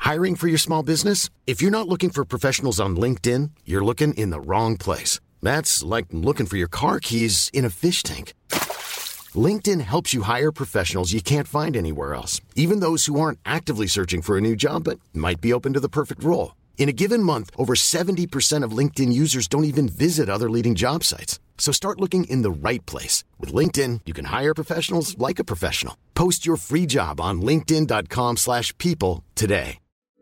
Hiring for your small business? If you're not looking for professionals on LinkedIn, you're looking in the wrong place. That's like looking for your car keys in a fish tank. LinkedIn helps you hire professionals you can't find anywhere else, even those who aren't actively searching for a new job but might be open to the perfect role. In a given month, over 70% of LinkedIn users don't even visit other leading job sites. So start looking in the right place. With LinkedIn, you can hire professionals like a professional. Post your free job on linkedin.com/people today.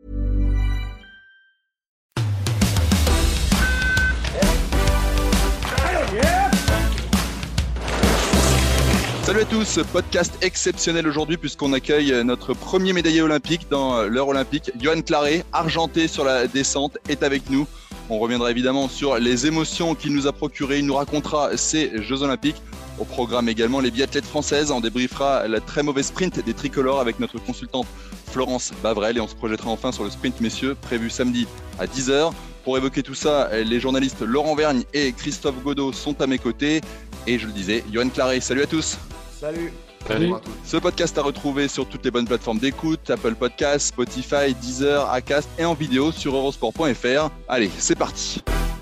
Salut à tous, podcast exceptionnel aujourd'hui puisqu'on accueille notre premier médaillé olympique dans l'heure olympique. Yoann Claret, argenté sur la descente, est avec nous. On reviendra évidemment sur les émotions qu'il nous a procurées. Il nous racontera ces Jeux olympiques. Au programme également les biathlètes françaises. On débriefera la très mauvaise sprint des tricolores avec notre consultante Florence Bavrel. Et on se projettera enfin sur le sprint messieurs prévu samedi à 10h. Pour évoquer tout ça, les journalistes Laurent Vergne et Christophe Godot sont à mes côtés. Et je le disais, Yoann Claret, salut à tous. Salut. Ce podcast à retrouver sur toutes les bonnes plateformes d'écoute, Apple Podcasts, Spotify, Deezer, Acast et en vidéo sur eurosport.fr. Allez, c'est parti.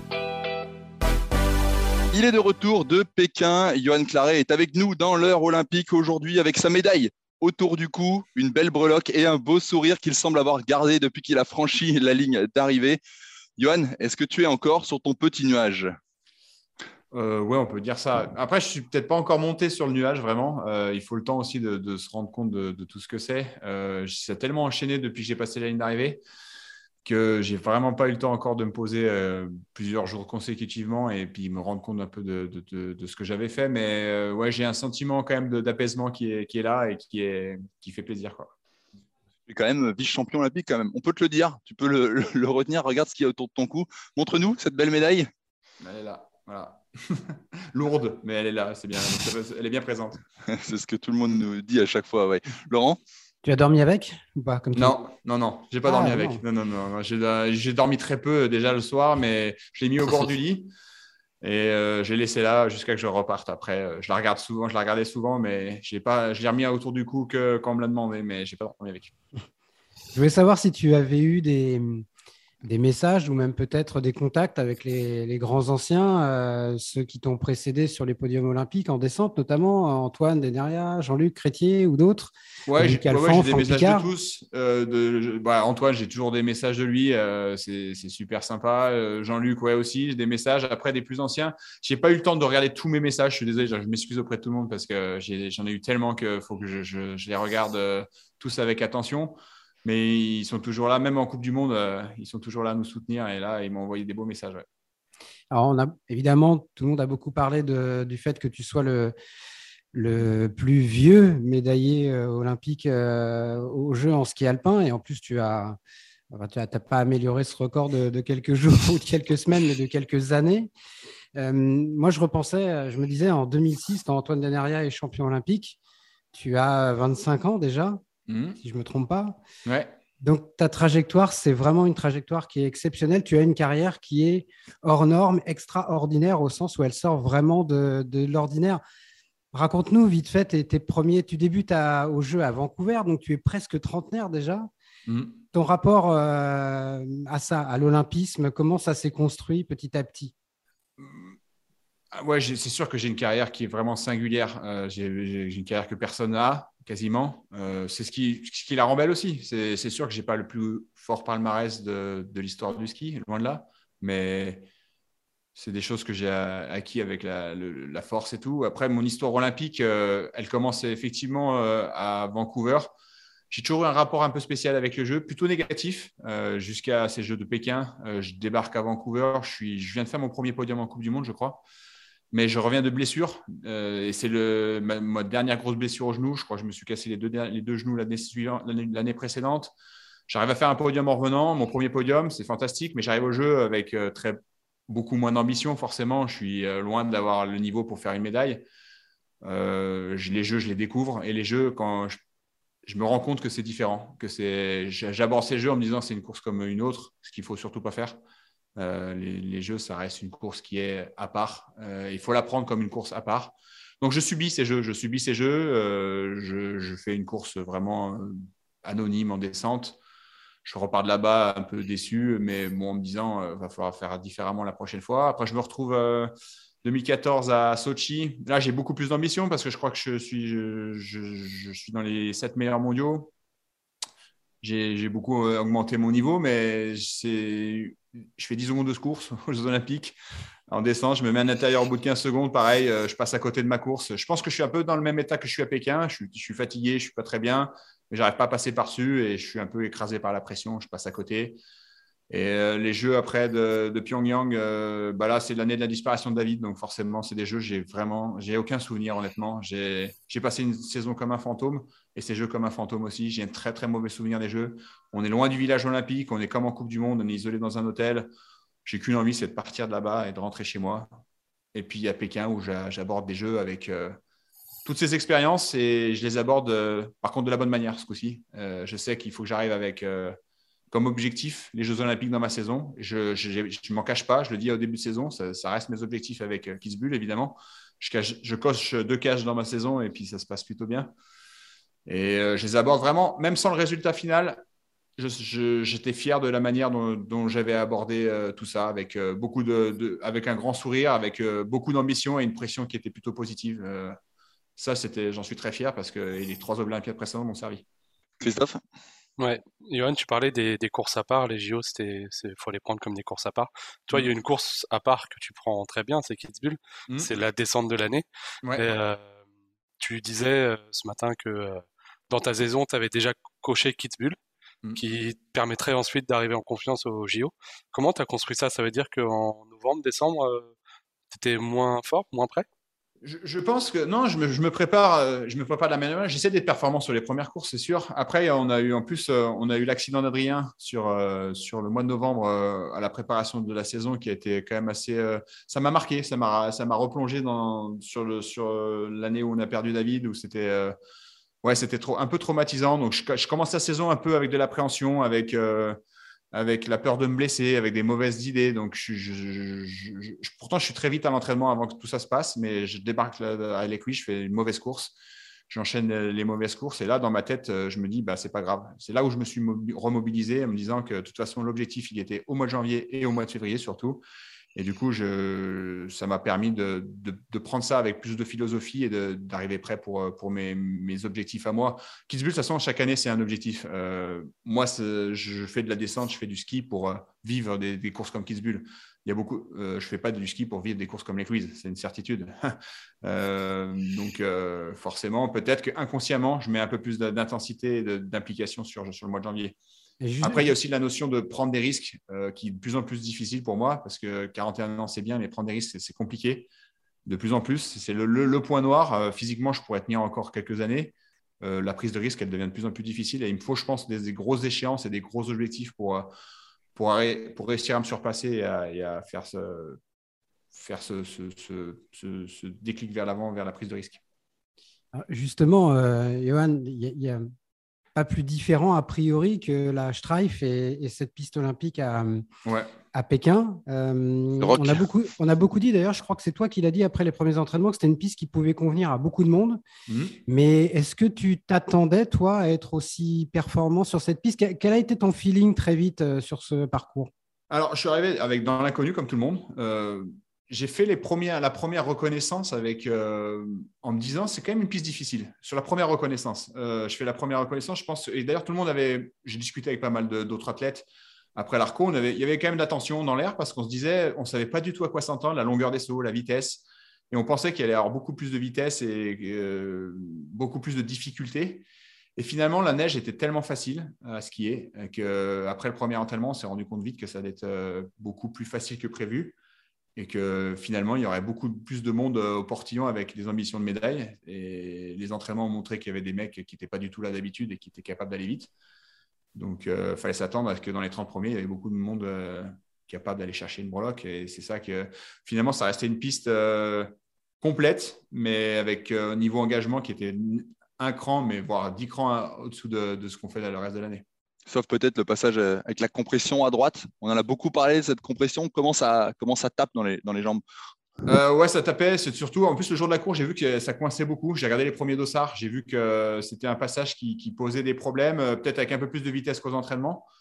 Il est de retour de Pékin. Yoann Claret est avec nous dans l'heure olympique aujourd'hui avec sa médaille autour du cou, une belle breloque et un beau sourire qu'il semble avoir gardé depuis qu'il a franchi la ligne d'arrivée. Yoann, est-ce que tu es encore sur ton petit nuage ? Ouais, on peut dire ça. Après, je ne suis peut-être pas encore monté sur le nuage, vraiment. Il faut le temps aussi de se rendre compte de tout ce que c'est. Ça a tellement enchaîné depuis que j'ai passé la ligne d'arrivée que je n'ai vraiment pas eu le temps encore de me poser plusieurs jours consécutivement et puis me rendre compte un peu de ce que j'avais fait. Mais ouais, j'ai un sentiment quand même d'apaisement qui est là et qui fait plaisir, quoi. Tu es quand même vice-champion olympique quand même. On peut te le dire, tu peux le retenir. Regarde ce qu'il y a autour de ton cou. Montre-nous cette belle médaille. Elle est là, voilà. Lourde, mais elle est là, c'est bien. Elle est bien présente. C'est ce que tout le monde nous dit à chaque fois, ouais. Laurent ? Tu as dormi avec ou pas comme Non, j'ai pas dormi avec. Non. J'ai dormi très peu déjà le soir, mais je l'ai mis au bord du lit et j'ai laissé là jusqu'à que je reparte. Après, je la regardais souvent, mais je l'ai remis autour du cou que quand on me l'a demandé, mais j'ai pas dormi avec. Je voulais savoir si tu avais eu des messages ou même peut-être des contacts avec les grands anciens, ceux qui t'ont précédé sur les podiums olympiques en descente, notamment Antoine Deneria, Jean-Luc Crétier ou d'autres. Ouais, j'ai des messages de tous. Antoine, j'ai toujours des messages de lui. C'est super sympa. Jean-Luc, ouais, aussi, j'ai des messages. Après, des plus anciens, je n'ai pas eu le temps de regarder tous mes messages. Je suis désolé, je m'excuse auprès de tout le monde parce que j'en ai eu tellement qu'il faut que je les regarde tous avec attention. Mais ils sont toujours là, même en Coupe du Monde, ils sont toujours là à nous soutenir. Et là, ils m'ont envoyé des beaux messages. Ouais. Alors, évidemment, tout le monde a beaucoup parlé du fait que tu sois le plus vieux médaillé olympique aux Jeux en ski alpin. Et en plus, tu n'as pas amélioré ce record de quelques jours ou de quelques semaines, mais de quelques années. Moi, je me disais, en 2006, quand Antoine Deneria est champion olympique, tu as 25 ans déjà. Si je ne me trompe pas. Ouais. Donc, ta trajectoire, c'est vraiment une trajectoire qui est exceptionnelle. Tu as une carrière qui est hors norme, extraordinaire, au sens où elle sort vraiment de l'ordinaire. Raconte-nous vite fait tes premiers… Tu débutes aux Jeux à Vancouver, donc tu es presque trentenaire déjà. Ton rapport à ça, à l'olympisme, comment ça s'est construit petit à petit ? Ouais, c'est sûr que j'ai une carrière qui est vraiment singulière. J'ai une carrière que personne n'a, quasiment. C'est ce qui la rend belle aussi. C'est sûr que je n'ai pas le plus fort palmarès de l'histoire du ski, loin de là. Mais c'est des choses que j'ai acquis avec la force et tout. Après, mon histoire olympique, elle commence effectivement à Vancouver. J'ai toujours eu un rapport un peu spécial avec le jeu, plutôt négatif, jusqu'à ces Jeux de Pékin. Je débarque à Vancouver. Je viens de faire mon premier podium en Coupe du Monde, je crois. Mais je reviens de blessure et c'est ma dernière grosse blessure au genou. Je crois que je me suis cassé les deux genoux l'année précédente. J'arrive à faire un podium en revenant. Mon premier podium, c'est fantastique, mais j'arrive au jeu avec beaucoup moins d'ambition, forcément. Je suis loin d'avoir le niveau pour faire une médaille. Les jeux, je les découvre. Et les jeux, quand je me rends compte que c'est différent. J'aborde ces jeux en me disant que c'est une course comme une autre, ce qu'il ne faut surtout pas faire. Les jeux, ça reste une course qui est à part. Il faut la prendre comme une course à part. Donc, je subis ces jeux. Je fais une course vraiment anonyme en descente. je repars de là-bas un peu déçu, mais bon, en me disant, va falloir faire différemment la prochaine fois. Après, je me retrouve 2014 à Sochi. Là, j'ai beaucoup plus d'ambition parce que je crois que je suis dans les 7 meilleurs mondiaux. J'ai beaucoup augmenté mon niveau, mais je fais 10 secondes de course aux Jeux Olympiques. En descente, je me mets à l'intérieur au bout de 15 secondes. Pareil, je passe à côté de ma course. Je pense que je suis un peu dans le même état que je suis à Pékin. Je suis fatigué, je ne suis pas très bien, mais je n'arrive pas à passer par-dessus et je suis un peu écrasé par la pression. Je passe à côté. Et les jeux après de Pyongyang, là, c'est l'année de la disparition de David. Donc forcément, c'est des jeux, j'ai aucun souvenir, honnêtement. J'ai passé une saison comme un fantôme et ces jeux comme un fantôme aussi. J'ai un très, très mauvais souvenir des jeux. On est loin du village olympique, on est comme en Coupe du Monde, on est isolé dans un hôtel. J'ai qu'une envie, c'est de partir de là-bas et de rentrer chez moi. Et puis, il y a Pékin où j'aborde des jeux avec toutes ces expériences et je les aborde, par contre, de la bonne manière ce coup-ci. Je sais qu'il faut que j'arrive avec comme objectif les Jeux Olympiques dans ma saison. Je ne m'en cache pas, je le dis au début de saison, ça reste mes objectifs avec Kitzbühel, évidemment. Je coche 2 cases dans ma saison et puis ça se passe plutôt bien. Et je les aborde vraiment, même sans le résultat final. J'étais fier de la manière dont j'avais abordé tout ça, avec avec un grand sourire, avec beaucoup d'ambition et une pression qui était plutôt positive. J'en suis très fier parce que les 3 Olympiades précédentes m'ont servi. Christophe? Ouais, Johan, tu parlais des courses à part. Les JO, faut les prendre comme des courses à part. Toi, il y a une course à part que tu prends très bien, c'est Kitzbühel. C'est la descente de l'année. Ouais. Et, tu disais ce matin que dans ta saison, tu avais déjà coché Kitzbühel, qui te permettrait ensuite d'arriver en confiance aux JO. Comment tu as construit ça? Ça veut dire qu'en novembre, décembre, tu étais moins fort, moins prêt? Je pense que non, je me prépare de la même manière. J'essaie d'être performant sur les premières courses, c'est sûr. Après, on a eu l'accident d'Adrien sur le mois de novembre à la préparation de la saison qui a été quand même assez. Ça m'a marqué, ça m'a replongé sur l'année où on a perdu David, où c'était un peu traumatisant. Donc je commence la saison un peu avec de l'appréhension, avec la peur de me blesser, avec des mauvaises idées. Donc, pourtant, je suis très vite à l'entraînement avant que tout ça se passe, mais je débarque à l'équi, je fais une mauvaise course, j'enchaîne les mauvaises courses. Et là, dans ma tête, je me dis, c'est pas grave. C'est là où je me suis remobilisé en me disant que de toute façon, l'objectif, il était au mois de janvier et au mois de février surtout. Et du coup, ça m'a permis de prendre ça avec plus de philosophie et d'arriver prêt pour mes objectifs à moi. Kitzbühel, de toute façon, chaque année, c'est un objectif. Moi, je fais de la descente, je fais du ski pour vivre des courses comme Kitzbühel. Je ne fais pas du ski pour vivre des courses comme les quiz, c'est une certitude. Donc, forcément, peut-être qu'inconsciemment, je mets un peu plus d'intensité et d'implication sur le mois de janvier. Après, il y a aussi la notion de prendre des risques qui est de plus en plus difficile pour moi parce que 41 ans, c'est bien, mais prendre des risques, c'est compliqué. De plus en plus, c'est le point noir. Physiquement, je pourrais tenir encore quelques années. La prise de risque, elle devient de plus en plus difficile. Et il me faut, je pense, des grosses échéances et des gros objectifs pour réussir à me surpasser et à faire ce déclic vers l'avant, vers la prise de risque. Justement, Johan, il y a pas plus différent a priori que la Streif et cette piste olympique à Pékin. On a beaucoup dit, d'ailleurs, je crois que c'est toi qui l'as dit après les premiers entraînements, que c'était une piste qui pouvait convenir à beaucoup de monde. Mais est-ce que tu t'attendais, toi, à être aussi performant sur cette piste? Quel a été ton feeling très vite sur ce parcours? Alors, je suis arrivé dans l'inconnu, comme tout le monde. J'ai fait la première reconnaissance en me disant c'est quand même une piste difficile. Sur la première reconnaissance, je fais la première reconnaissance, je pense, et d'ailleurs tout le monde j'ai discuté avec pas mal d'autres athlètes après l'Arco, il y avait quand même de la tension dans l'air parce qu'on se disait, on ne savait pas du tout à quoi s'entendre, la longueur des sauts, la vitesse, et on pensait qu'il allait y avoir beaucoup plus de vitesse et beaucoup plus de difficultés. Et finalement, la neige était tellement facile à skier qu'après le premier entraînement, on s'est rendu compte vite que ça allait être beaucoup plus facile que prévu. Et que finalement, il y aurait beaucoup plus de monde au portillon avec des ambitions de médaille. Et les entraînements ont montré qu'il y avait des mecs qui n'étaient pas du tout là d'habitude et qui étaient capables d'aller vite. Donc, il fallait s'attendre à ce que dans les 30 premiers, il y avait beaucoup de monde capable d'aller chercher une breloque. Et c'est ça que finalement, ça restait une piste complète, mais avec un niveau engagement qui était un cran, mais voire 10 crans au-dessous de ce qu'on fait le reste de l'année. Sauf peut-être le passage avec la compression à droite. On en a beaucoup parlé de cette compression. Comment ça tape dans les jambes? Ouais, ça tapait. C'est surtout, en plus, le jour de la course, j'ai vu que ça coinçait beaucoup. J'ai regardé les premiers dossards. J'ai vu que c'était un passage qui posait des problèmes, peut-être avec un peu plus de vitesse qu'aux entraînements.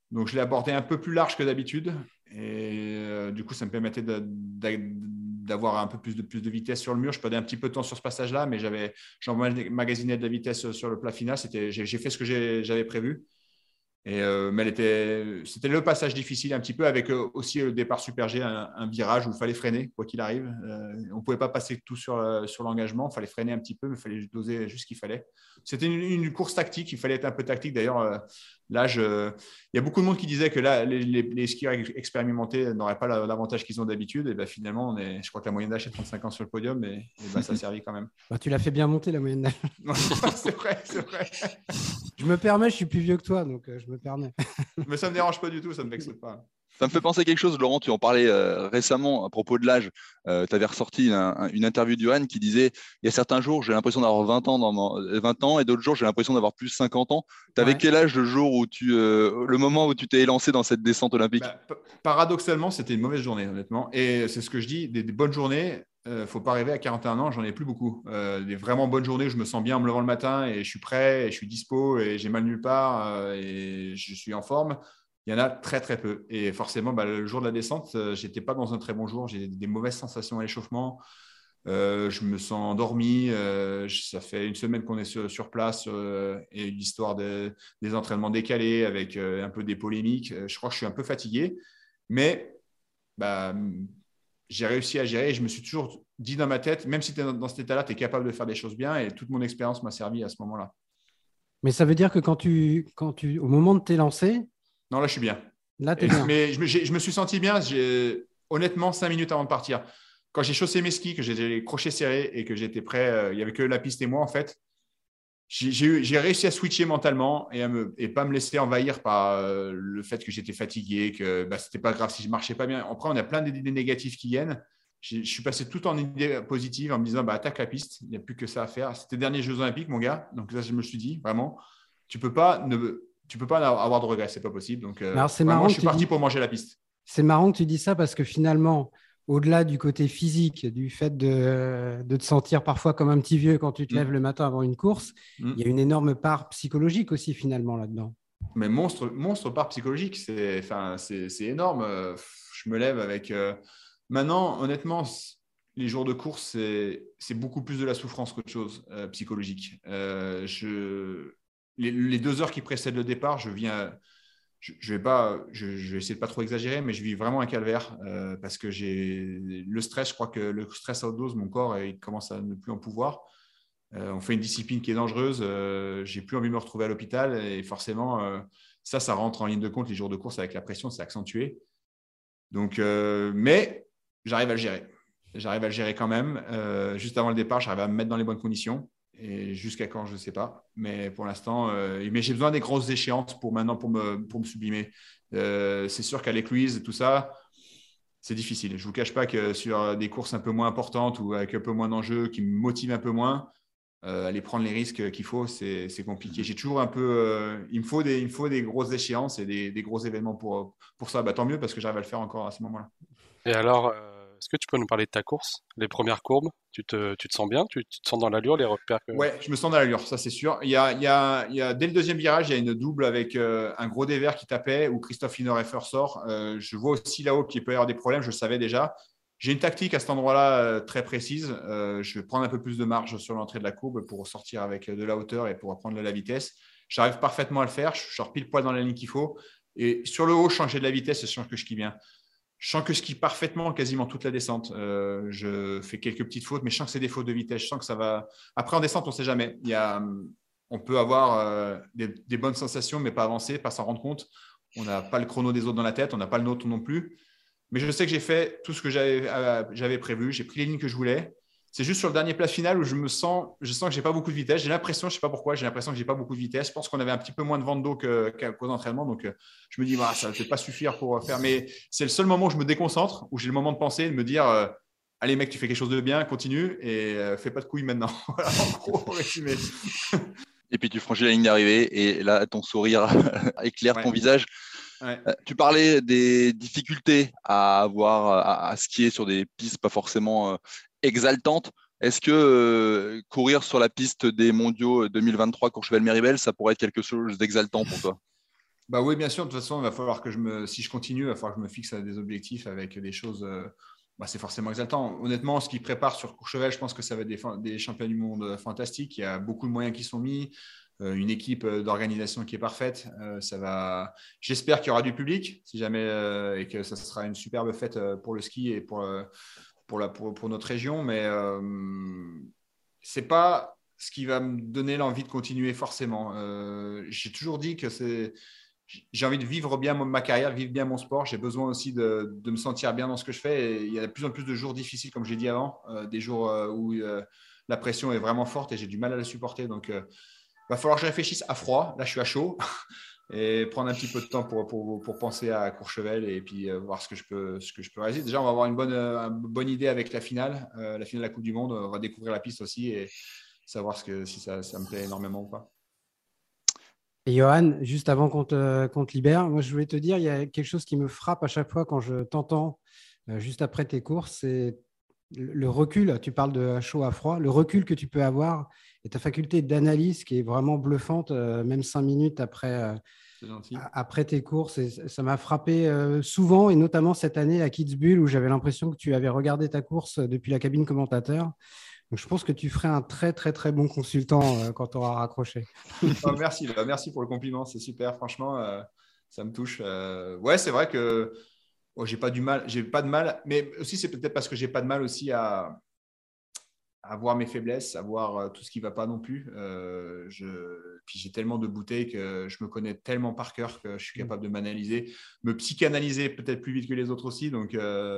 Donc, je l'ai abordé un peu plus large que d'habitude. Et du coup, ça me permettait d'avoir un peu plus de vitesse sur le mur. Je perdais un petit peu de temps sur ce passage-là, mais j'emmagasinais de la vitesse sur le plat final. J'ai fait ce que j'avais prévu. Mais c'était le passage difficile un petit peu, avec aussi le départ Super G, un virage où il fallait freiner, quoi qu'il arrive. On ne pouvait pas passer tout sur l'engagement. Il fallait freiner un petit peu, mais il fallait doser juste ce qu'il fallait. C'était une course tactique. Il fallait être un peu tactique. D'ailleurs, il y a beaucoup de monde qui disait que là, les skieurs expérimentés n'auraient pas l'avantage qu'ils ont d'habitude. Et ben, finalement, je crois que la moyenne d'âge est 35 ans sur le podium, et ben, ça a servi quand même. Bah, tu l'as fait bien monter, la moyenne d'âge. C'est vrai. Je me permets, je suis plus vieux que toi, donc je me permets. Mais ça ne me dérange pas du tout, ça ne me vexe pas. Ça me fait penser à quelque chose, Laurent, tu en parlais récemment à propos de l'âge. Tu avais ressorti une interview de Johan qui disait il y a certains jours, j'ai l'impression d'avoir 20 ans et d'autres jours, j'ai l'impression d'avoir plus 50 ans. Tu avais quel âge le jour où le moment où tu t'es lancé dans cette descente olympique? Paradoxalement, c'était une mauvaise journée, honnêtement. Et c'est ce que je dis, des bonnes journées, il ne faut pas rêver à 41 ans, j'en ai plus beaucoup. Des vraiment bonnes journées où je me sens bien en me levant le matin et je suis prêt et je suis dispo et j'ai mal nulle part et je suis en forme. Il y en a très, très peu. Et forcément, le jour de la descente, je n'étais pas dans un très bon jour. J'ai des mauvaises sensations à l'échauffement. Je me sens endormi. Ça fait une semaine qu'on est sur place et l'histoire des entraînements décalés avec un peu des polémiques. Je crois que je suis un peu fatigué. Mais j'ai réussi à gérer et je me suis toujours dit dans ma tête, même si tu es dans cet état-là, tu es capable de faire des choses bien. Et toute mon expérience m'a servi à ce moment-là. Mais ça veut dire que au moment de tes lancers… Non, là, je suis bien. Là, tu es bien. Mais je me suis senti bien, honnêtement, 5 minutes avant de partir. Quand j'ai chaussé mes skis, que j'ai les crochets serrés et que j'étais prêt, il n'y avait que la piste et moi, en fait, j'ai réussi à switcher mentalement et pas me laisser envahir par le fait que j'étais fatigué, que ce n'était pas grave si je ne marchais pas bien. Après, on a plein d'idées négatives qui viennent. Je suis passé tout en idées positives en me disant attaque la piste, il n'y a plus que ça à faire. C'était les derniers Jeux Olympiques, mon gars. Donc là, je me suis dit, vraiment, tu ne peux pas avoir de regrets, c'est pas possible. Donc, marrant, je suis parti pour manger la piste. C'est marrant que tu dis ça parce que finalement, au-delà du côté physique, du fait de te sentir parfois comme un petit vieux quand tu te lèves le matin avant une course, il y a une énorme part psychologique aussi finalement là-dedans. Mais monstre part psychologique, c'est énorme. Je me lève avec… Maintenant, honnêtement, les jours de course, c'est beaucoup plus de la souffrance qu'autre chose psychologique. Les 2 heures qui précèdent le départ, je vais essayer de pas trop exagérer, mais je vis vraiment un calvaire parce que j'ai le stress. Je crois que le stress à haute dose, mon corps, il commence à ne plus en pouvoir. On fait une discipline qui est dangereuse. J'ai plus envie de me retrouver à l'hôpital et forcément, ça rentre en ligne de compte. Les jours de course avec la pression, c'est accentué. Donc, mais j'arrive à le gérer. J'arrive à le gérer quand même. Juste avant le départ, j'arrive à me mettre dans les bonnes conditions. Et jusqu'à quand, je ne sais pas. Mais pour l'instant, mais j'ai besoin des grosses échéances pour me sublimer. C'est sûr qu'avec Louise et tout ça, c'est difficile. Je ne vous cache pas que sur des courses un peu moins importantes ou avec un peu moins d'enjeux, qui me motivent un peu moins, aller prendre les risques qu'il faut, c'est compliqué. J'ai toujours un peu… il me faut des grosses échéances et des gros événements pour ça. Tant mieux parce que j'arrive à le faire encore à ce moment-là. Et alors… est-ce que tu peux nous parler de ta course, les premières courbes? Tu te sens bien? Tu te sens dans l'allure, les repères Ouais, je me sens dans l'allure, ça c'est sûr. Il y a, dès le deuxième virage, il y a une double avec un gros dévers qui tapait où Christophe Linoreffer sort. Je vois aussi là-haut qu'il peut y avoir des problèmes, je le savais déjà. J'ai une tactique à cet endroit-là très précise. Je vais prendre un peu plus de marge sur l'entrée de la courbe pour sortir avec de la hauteur et pour prendre de la vitesse. J'arrive parfaitement à le faire, je sors pile poil dans la ligne qu'il faut. Et sur le haut, changer de la vitesse, je sens que je skie bien. Je sens que je skie parfaitement quasiment toute la descente. Je fais quelques petites fautes, mais je sens que c'est des fautes de vitesse. Je sens que ça va… Après, en descente, on ne sait jamais. On peut avoir des bonnes sensations, mais pas avancer, pas s'en rendre compte. On n'a pas le chrono des autres dans la tête, on n'a pas le nôtre non plus. Mais je sais que j'ai fait tout ce que j'avais prévu. J'ai pris les lignes que je voulais. C'est juste sur le dernier plat final où je sens que je n'ai pas beaucoup de vitesse. J'ai l'impression, je ne sais pas pourquoi, j'ai l'impression que je n'ai pas beaucoup de vitesse. Je pense qu'on avait un petit peu moins de vent de dos qu'aux entraînements. Donc, je me dis, ça ne va peut-être pas suffire pour faire. Mais c'est le seul moment où je me déconcentre, où j'ai le moment de penser, de me dire, allez mec, tu fais quelque chose de bien, continue et fais pas de couilles maintenant. Voilà, en gros, résumé. Et puis, tu franchis la ligne d'arrivée et là, ton sourire éclaire ton visage. Ouais. Tu parlais des difficultés à avoir à skier sur des pistes pas forcément exaltantes. Est-ce que courir sur la piste des mondiaux 2023 Courchevel-Méribel, ça pourrait être quelque chose d'exaltant pour toi? Bah oui, bien sûr. De toute façon, il va falloir que si je continue, il va falloir que je me fixe des objectifs avec des choses. C'est forcément exaltant. Honnêtement, ce qui prépare sur Courchevel, je pense que ça va être des champions du monde fantastiques. Il y a beaucoup de moyens qui sont mis, une équipe d'organisation qui est parfaite. J'espère qu'il y aura du public, si jamais, et que ça sera une superbe fête pour le ski et pour notre région. Mais c'est pas ce qui va me donner l'envie de continuer forcément. J'ai toujours dit que j'ai envie de vivre bien ma carrière, vivre bien mon sport. J'ai besoin aussi de me sentir bien dans ce que je fais. Et il y a de plus en plus de jours difficiles, comme j'ai dit avant, des jours où la pression est vraiment forte et j'ai du mal à la supporter. Donc, il va falloir que je réfléchisse à froid. Là, je suis à chaud. Et prendre un petit peu de temps pour penser à Courchevel et puis voir ce que je peux réaliser. Déjà, on va avoir une bonne idée avec la finale de la Coupe du Monde. On va découvrir la piste aussi et savoir si ça me plaît énormément ou pas. Et Johan, juste avant qu'on te libère, moi je voulais te dire, il y a quelque chose qui me frappe à chaque fois quand je t'entends juste après tes courses, c'est le recul. Tu parles de chaud à froid, le recul que tu peux avoir et ta faculté d'analyse qui est vraiment bluffante, même 5 minutes après tes courses. Et ça m'a frappé souvent, et notamment cette année à Kitzbühel où j'avais l'impression que tu avais regardé ta course depuis la cabine commentateur. Donc, je pense que tu ferais un très, très, très bon consultant quand tu auras raccroché. Merci pour le compliment. C'est super. Franchement, ça me touche. Ouais, c'est vrai que j'ai pas de mal. Mais aussi, c'est peut-être parce que j'ai pas de mal aussi à voir mes faiblesses, à voir tout ce qui ne va pas non plus. Puis j'ai tellement de bouteilles que je me connais tellement par cœur que je suis capable de m'analyser, me psychanalyser peut-être plus vite que les autres aussi. Donc,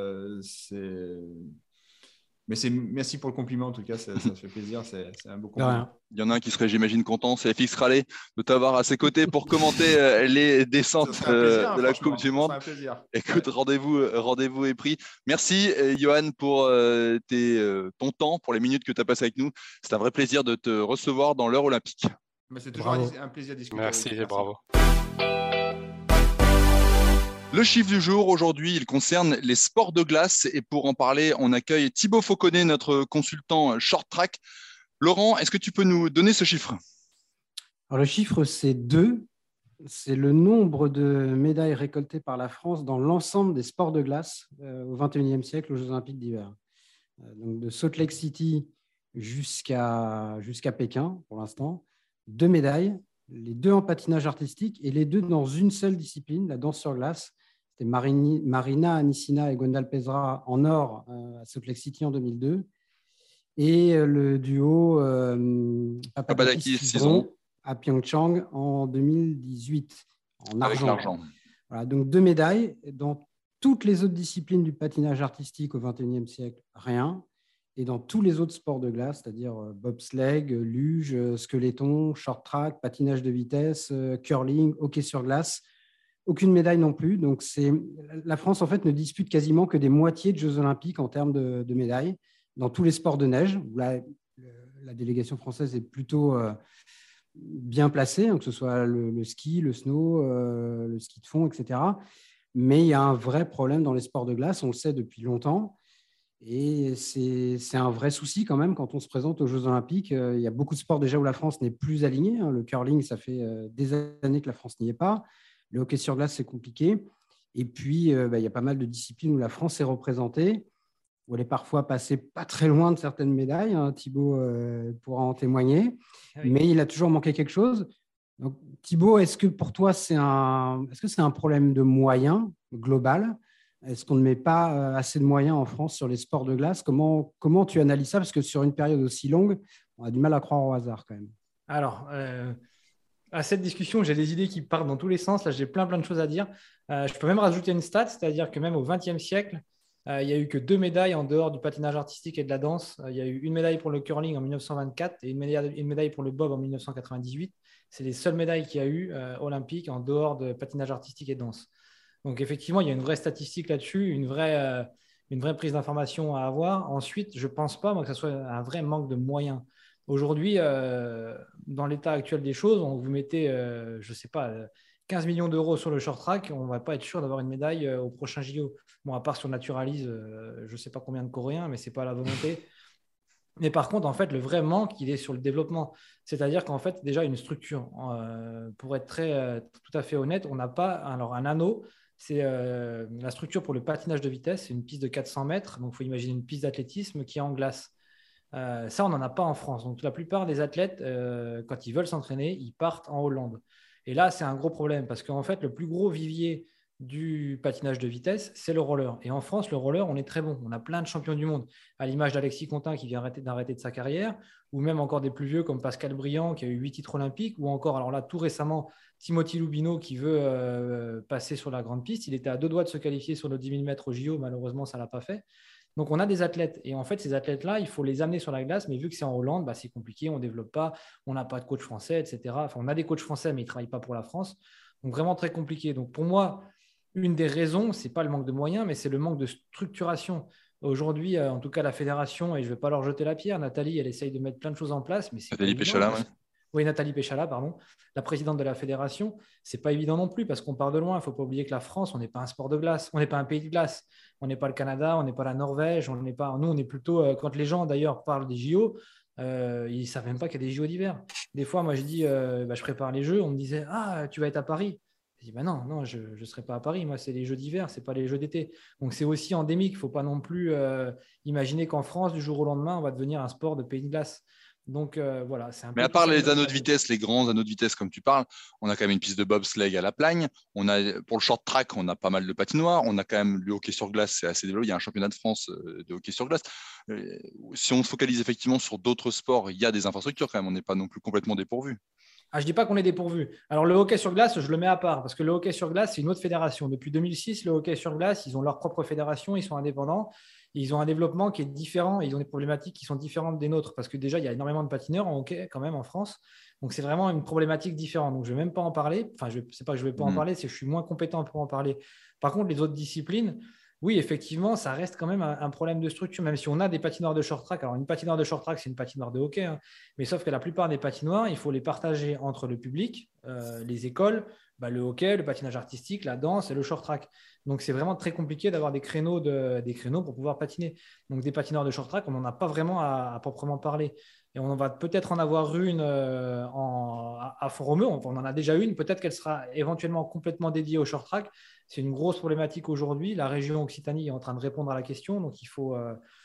merci pour le compliment, en tout cas, ça fait plaisir, c'est un beau compliment. Il y en a un qui serait, j'imagine, content, c'est FX Raleigh, de t'avoir à ses côtés pour commenter les descentes de la Coupe du Monde. Écoute, rendez-vous est pris. Merci, Johan, pour ton temps, pour les minutes que tu as passées avec nous. C'est un vrai plaisir de te recevoir dans l'heure olympique. C'est toujours un plaisir de discuter. Merci, bravo. Le chiffre du jour aujourd'hui, il concerne les sports de glace et pour en parler, on accueille Thibaut Fauconnet, notre consultant short track. Laurent, est-ce que tu peux nous donner ce chiffre ? Alors, le chiffre, c'est 2. C'est le nombre de médailles récoltées par la France dans l'ensemble des sports de glace au XXIe siècle aux Jeux Olympiques d'hiver. Donc, de Salt Lake City jusqu'à Pékin, pour l'instant, 2 médailles, les 2 en patinage artistique et les 2 dans une seule discipline, la danse sur glace. C'était Marina Anissina et Gwendal Pesra en or à Salt Lake City en 2002. Et le duo Papadakis-Cizeron à Pyeongchang en 2018 en argent. Avec l'argent. Voilà, donc 2 médailles. Dans toutes les autres disciplines du patinage artistique au XXIe siècle, rien. Et dans tous les autres sports de glace, c'est-à-dire bobsleigh, luge, skeleton, short track, patinage de vitesse, curling, hockey sur glace, aucune médaille non plus. Donc, la France, en fait, ne dispute quasiment que des moitiés de Jeux olympiques en termes de médailles dans tous les sports de neige, où la délégation française est plutôt bien placée, que ce soit le ski, le snow, le ski de fond, etc. Mais il y a un vrai problème dans les sports de glace, on le sait depuis longtemps. Et c'est un vrai souci quand même quand on se présente aux Jeux Olympiques. Il y a beaucoup de sports déjà où la France n'est plus alignée. Le curling, ça fait des années que la France n'y est pas. Le hockey sur glace, c'est compliqué. Et puis, il y a pas mal de disciplines où la France est représentée, où elle est parfois passée pas très loin de certaines médailles. Thibaut pourra en témoigner. Oui. Mais il a toujours manqué quelque chose. Donc, Thibaut, est-ce que pour toi, c'est un problème de moyens global ? Est-ce qu'on ne met pas assez de moyens en France sur les sports de glace ? Comment tu analyses ça ? Parce que sur une période aussi longue, on a du mal à croire au hasard quand même. Alors, à cette discussion, j'ai des idées qui partent dans tous les sens. Là, j'ai plein de choses à dire. Je peux même rajouter une stat, c'est-à-dire que même au XXe siècle, il n'y a eu que 2 médailles en dehors du patinage artistique et de la danse. Il y a eu une médaille pour le curling en 1924 et une médaille pour le bob en 1998. C'est les seules médailles qu'il y a eu olympiques en dehors de patinage artistique et de danse. Donc, effectivement, il y a une vraie statistique là-dessus, une vraie prise d'information à avoir. Ensuite, je ne pense pas que ce soit un vrai manque de moyens. Aujourd'hui, dans l'état actuel des choses, on vous mettez, je ne sais pas, 15 millions d'euros sur le short track, on ne va pas être sûr d'avoir une médaille au prochain JO. Bon, à part si on naturalise, je ne sais pas combien de Coréens, mais ce n'est pas la volonté. Mais par contre, en fait, le vrai manque, il est sur le développement. C'est-à-dire qu'en fait, déjà, une structure, pour être tout à fait honnête, on n'a pas. Alors, un anneau, c'est la structure pour le patinage de vitesse. C'est une piste de 400 mètres. Donc, il faut imaginer une piste d'athlétisme qui est en glace. Ça, on n'en a pas en France. Donc, la plupart des athlètes, quand ils veulent s'entraîner, ils partent en Hollande. Et là, c'est un gros problème parce qu'en fait, le plus gros vivier du patinage de vitesse, c'est le roller. Et en France, le roller, on est très bon. On a plein de champions du monde, à l'image d'Alexis Contin qui vient d'arrêter de sa carrière, ou même encore des plus vieux comme Pascal Briand qui a eu 8 titres olympiques, ou encore, alors là, tout récemment, Timothy Lubino qui veut passer sur la grande piste. Il était à 2 doigts de se qualifier sur nos 10 000 mètres au JO, malheureusement, ça ne l'a pas fait. Donc, on a des athlètes. Et en fait, ces athlètes-là, il faut les amener sur la glace. Mais vu que c'est en Hollande, c'est compliqué. On ne développe pas. On n'a pas de coach français, etc. Enfin, on a des coachs français, mais ils ne travaillent pas pour la France. Donc, vraiment très compliqué. Donc, pour moi, une des raisons, ce n'est pas le manque de moyens, mais c'est le manque de structuration. Aujourd'hui, en tout cas, la fédération, et je ne vais pas leur jeter la pierre, Nathalie, elle essaye de mettre plein de choses en place. Mais c'est Nathalie Péchala, oui. Oui, Nathalie Péchala, pardon, la présidente de la fédération. Ce n'est pas évident non plus parce qu'on part de loin. Il ne faut pas oublier que la France, on n'est pas un sport de glace. On n'est pas un pays de glace. On n'est pas le Canada, on n'est pas la Norvège. Nous, on est plutôt… quand les gens, d'ailleurs, parlent des JO, ils ne savent même pas qu'il y a des JO d'hiver. Des fois, moi, je dis, je prépare les Jeux. On me disait, ah, tu vas être à Paris. Je dis, non, je ne serai pas à Paris. Moi, c'est les Jeux d'hiver, ce n'est pas les Jeux d'été. Donc, c'est aussi endémique. Il ne faut pas non plus imaginer qu'en France, du jour au lendemain, on va devenir un sport de pays de glace. Donc voilà, c'est un peu. Mais à part les anneaux de vitesse, les grands anneaux de vitesse comme tu parles, on a quand même une piste de bobsleigh à La Plagne. Pour le short track, on a pas mal de patinoires. On a quand même le hockey sur glace, c'est assez développé. Il y a un championnat de France de hockey sur glace. Si on se focalise effectivement sur d'autres sports, il y a des infrastructures quand même. On n'est pas non plus complètement dépourvu. Je ne dis pas qu'on est dépourvu. Alors, le hockey sur glace, je le mets à part parce que le hockey sur glace, c'est une autre fédération. Depuis 2006, le hockey sur glace, ils ont leur propre fédération, ils sont indépendants. Ils ont un développement qui est différent. Ils ont des problématiques qui sont différentes des nôtres parce que déjà, il y a énormément de patineurs en hockey quand même en France. Donc, c'est vraiment une problématique différente. Donc, je ne vais même pas en parler. Enfin, je sais pas que je ne vais pas en parler, c'est que je suis moins compétent pour en parler. Par contre, les autres disciplines, oui, effectivement, ça reste quand même un problème de structure, même si on a des patinoires de short track. Alors, une patinoire de short track, c'est une patinoire de hockey, hein, mais sauf que la plupart des patinoires, il faut les partager entre le public, les écoles, le hockey, le patinage artistique, la danse et le short track. Donc, c'est vraiment très compliqué d'avoir des créneaux pour pouvoir patiner. Donc, des patinoires de short track, on n'en a pas vraiment à proprement parler. Et on va peut-être en avoir une à Font-Romeu. On en a déjà une. Peut-être qu'elle sera éventuellement complètement dédiée au short track. C'est une grosse problématique aujourd'hui. La région Occitanie est en train de répondre à la question. Donc, il faut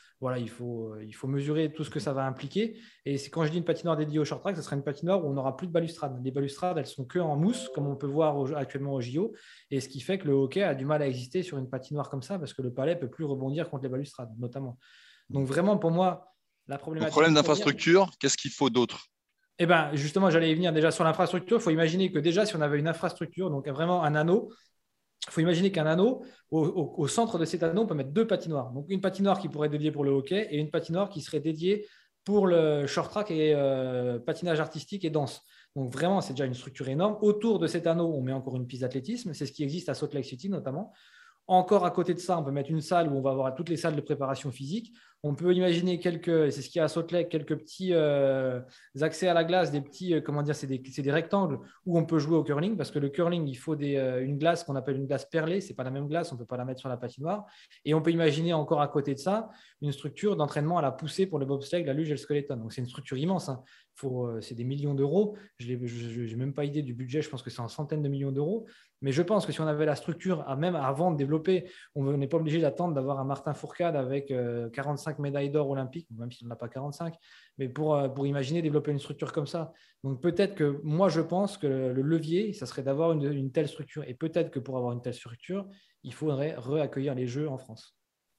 mesurer tout ce que ça va impliquer. Et quand je dis une patinoire dédiée au short track, ce sera une patinoire où on n'aura plus de balustrade. Les balustrades, elles sont que en mousse, comme on peut voir actuellement au JO. Et ce qui fait que le hockey a du mal à exister sur une patinoire comme ça parce que le palais ne peut plus rebondir contre les balustrades, notamment. Donc, vraiment, pour moi, la problématique… Le problème d'infrastructure, qu'est-ce qu'il faut d'autre ? Eh bien, justement, j'allais y venir déjà sur l'infrastructure. Il faut imaginer que déjà, si on avait une infrastructure, donc vraiment un anneau, il faut imaginer qu'un anneau, au centre de cet anneau, on peut mettre 2 patinoires. Donc, une patinoire qui pourrait être dédiée pour le hockey et une patinoire qui serait dédiée pour le short track et patinage artistique et danse. Donc, vraiment, c'est déjà une structure énorme. Autour de cet anneau, on met encore une piste d'athlétisme. C'est ce qui existe à Salt Lake City, notamment. Encore à côté de ça, on peut mettre une salle où on va avoir toutes les salles de préparation physique. On peut imaginer c'est ce qu'il y a à Salt Lake, quelques petits accès à la glace, des petits, c'est des rectangles où on peut jouer au curling parce que le curling, il faut une glace qu'on appelle une glace perlée. Ce n'est pas la même glace, on ne peut pas la mettre sur la patinoire. Et on peut imaginer encore à côté de ça une structure d'entraînement à la poussée pour le bobsleigh, la luge et le skeleton. Donc, c'est une structure immense. Hein. C'est des millions d'euros. Je n'ai même pas idée du budget. Je pense que c'est en centaines de millions d'euros. Mais je pense que si on avait la structure, même avant de développer, on n'est pas obligé d'attendre d'avoir un Martin Fourcade avec 45 médailles d'or olympiques, même si on n'a pas 45, mais pour imaginer développer une structure comme ça. Donc peut-être que moi, je pense que le levier, ça serait d'avoir une telle structure. Et peut-être que pour avoir une telle structure, il faudrait réaccueillir les Jeux en France.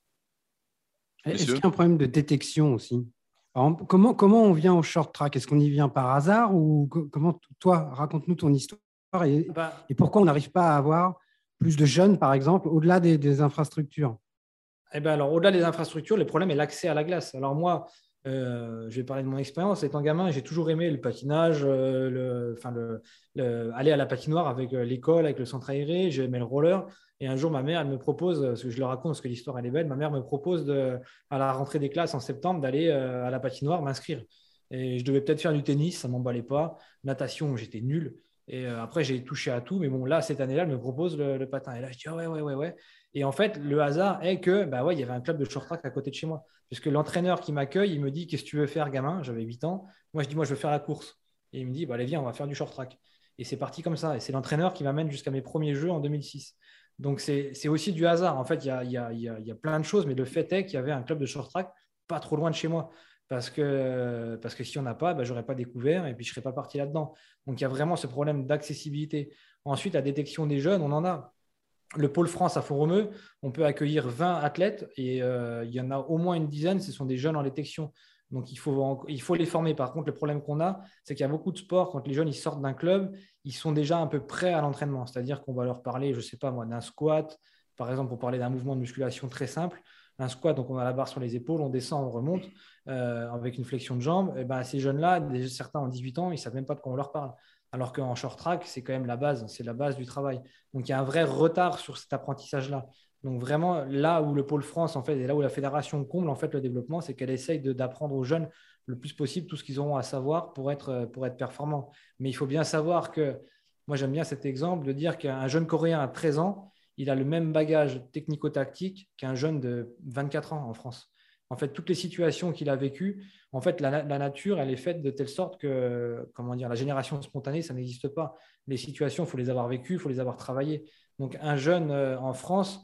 Est-ce qu'il y a un problème de détection aussi ? Alors, comment on vient au short track ? Est-ce qu'on y vient par hasard ou comment, toi, raconte-nous ton histoire et pourquoi on n'arrive pas à avoir plus de jeunes, par exemple, au-delà des infrastructures ? Alors, au-delà des infrastructures, le problème est l'accès à la glace. Alors moi, je vais parler de mon expérience. Étant gamin, j'ai toujours aimé le patinage, aller à la patinoire avec l'école, avec le centre aéré. J'ai aimé le roller. Et un jour, ma mère, elle me propose, parce que je le raconte, parce que l'histoire, elle est belle, ma mère me propose, à la rentrée des classes en septembre, d'aller à la patinoire m'inscrire. Et je devais peut-être faire du tennis, ça ne m'emballait pas. Natation, j'étais nul. Et après, j'ai touché à tout. Mais bon, là, cette année-là, elle me propose le patin. Et là, je dis, ouais. Et en fait, le hasard est que, il y avait un club de short track à côté de chez moi. Puisque l'entraîneur qui m'accueille, il me dit, qu'est-ce que tu veux faire, gamin? J'avais 8 ans. Moi, je dis, moi, je veux faire la course. Et il me dit, allez, viens, on va faire du short track. Et c'est parti comme ça. Et c'est l'entraîneur qui m'amène jusqu'à mes premiers jeux en 2006. Donc, c'est aussi du hasard. En fait, il y a plein de choses. Mais le fait est qu'il y avait un club de short track pas trop loin de chez moi. Parce que si on n'a pas, je n'aurais pas découvert et puis je ne serais pas parti là-dedans. Donc, il y a vraiment ce problème d'accessibilité. Ensuite, la détection des jeunes, on en a. Le pôle France à Font-Romeu, on peut accueillir 20 athlètes et il y en a au moins une dizaine, ce sont des jeunes en détection. Donc, il faut les former. Par contre, le problème qu'on a, c'est qu'il y a beaucoup de sports, quand les jeunes ils sortent d'un club, ils sont déjà un peu prêts à l'entraînement. C'est-à-dire qu'on va leur parler, je ne sais pas moi, d'un squat, par exemple, pour parler d'un mouvement de musculation très simple. Un squat, donc on a la barre sur les épaules, on descend, on remonte avec une flexion de jambe. Et ces jeunes-là, certains ont 18 ans, ils ne savent même pas de quoi on leur parle. Alors qu'en short track, c'est quand même la base, c'est la base du travail. Donc il y a un vrai retard sur cet apprentissage-là. Donc vraiment, là où le pôle France, en fait, et là où la fédération comble en fait le développement, c'est qu'elle essaye d'apprendre aux jeunes le plus possible tout ce qu'ils auront à savoir pour être performants. Mais il faut bien savoir que, moi j'aime bien cet exemple de dire qu'un jeune Coréen à 13 ans, il a le même bagage technico-tactique qu'un jeune de 24 ans en France. En fait, toutes les situations qu'il a vécues, en fait, la nature, elle est faite de telle sorte que, la génération spontanée, ça n'existe pas. Les situations, il faut les avoir vécues, il faut les avoir travaillées. Donc, un jeune en France,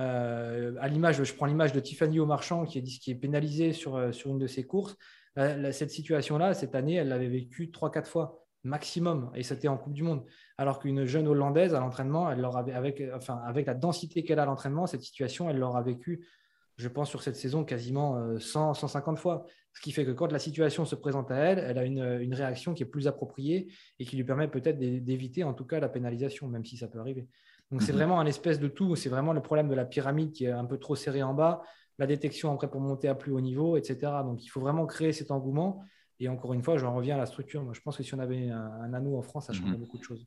je prends l'image de Tiffany Aumarchand qui est pénalisée sur une de ses courses. Cette situation-là, cette année, elle l'avait vécue 3-4 fois maximum, et c'était en Coupe du Monde. Alors qu'une jeune Hollandaise à l'entraînement, avec la densité qu'elle a à l'entraînement, cette situation, elle l'aura vécue, je pense, sur cette saison quasiment 100-150 fois. Ce qui fait que quand la situation se présente à elle, elle a une réaction qui est plus appropriée et qui lui permet peut-être d'éviter en tout cas la pénalisation, même si ça peut arriver. Donc c'est vraiment un espèce de tout, c'est vraiment le problème de la pyramide qui est un peu trop serrée en bas, la détection après pour monter à plus haut niveau, etc. Donc il faut vraiment créer cet engouement. Et encore une fois, j'en reviens à la structure. Moi, je pense que si on avait un anneau en France, ça changerait beaucoup de choses.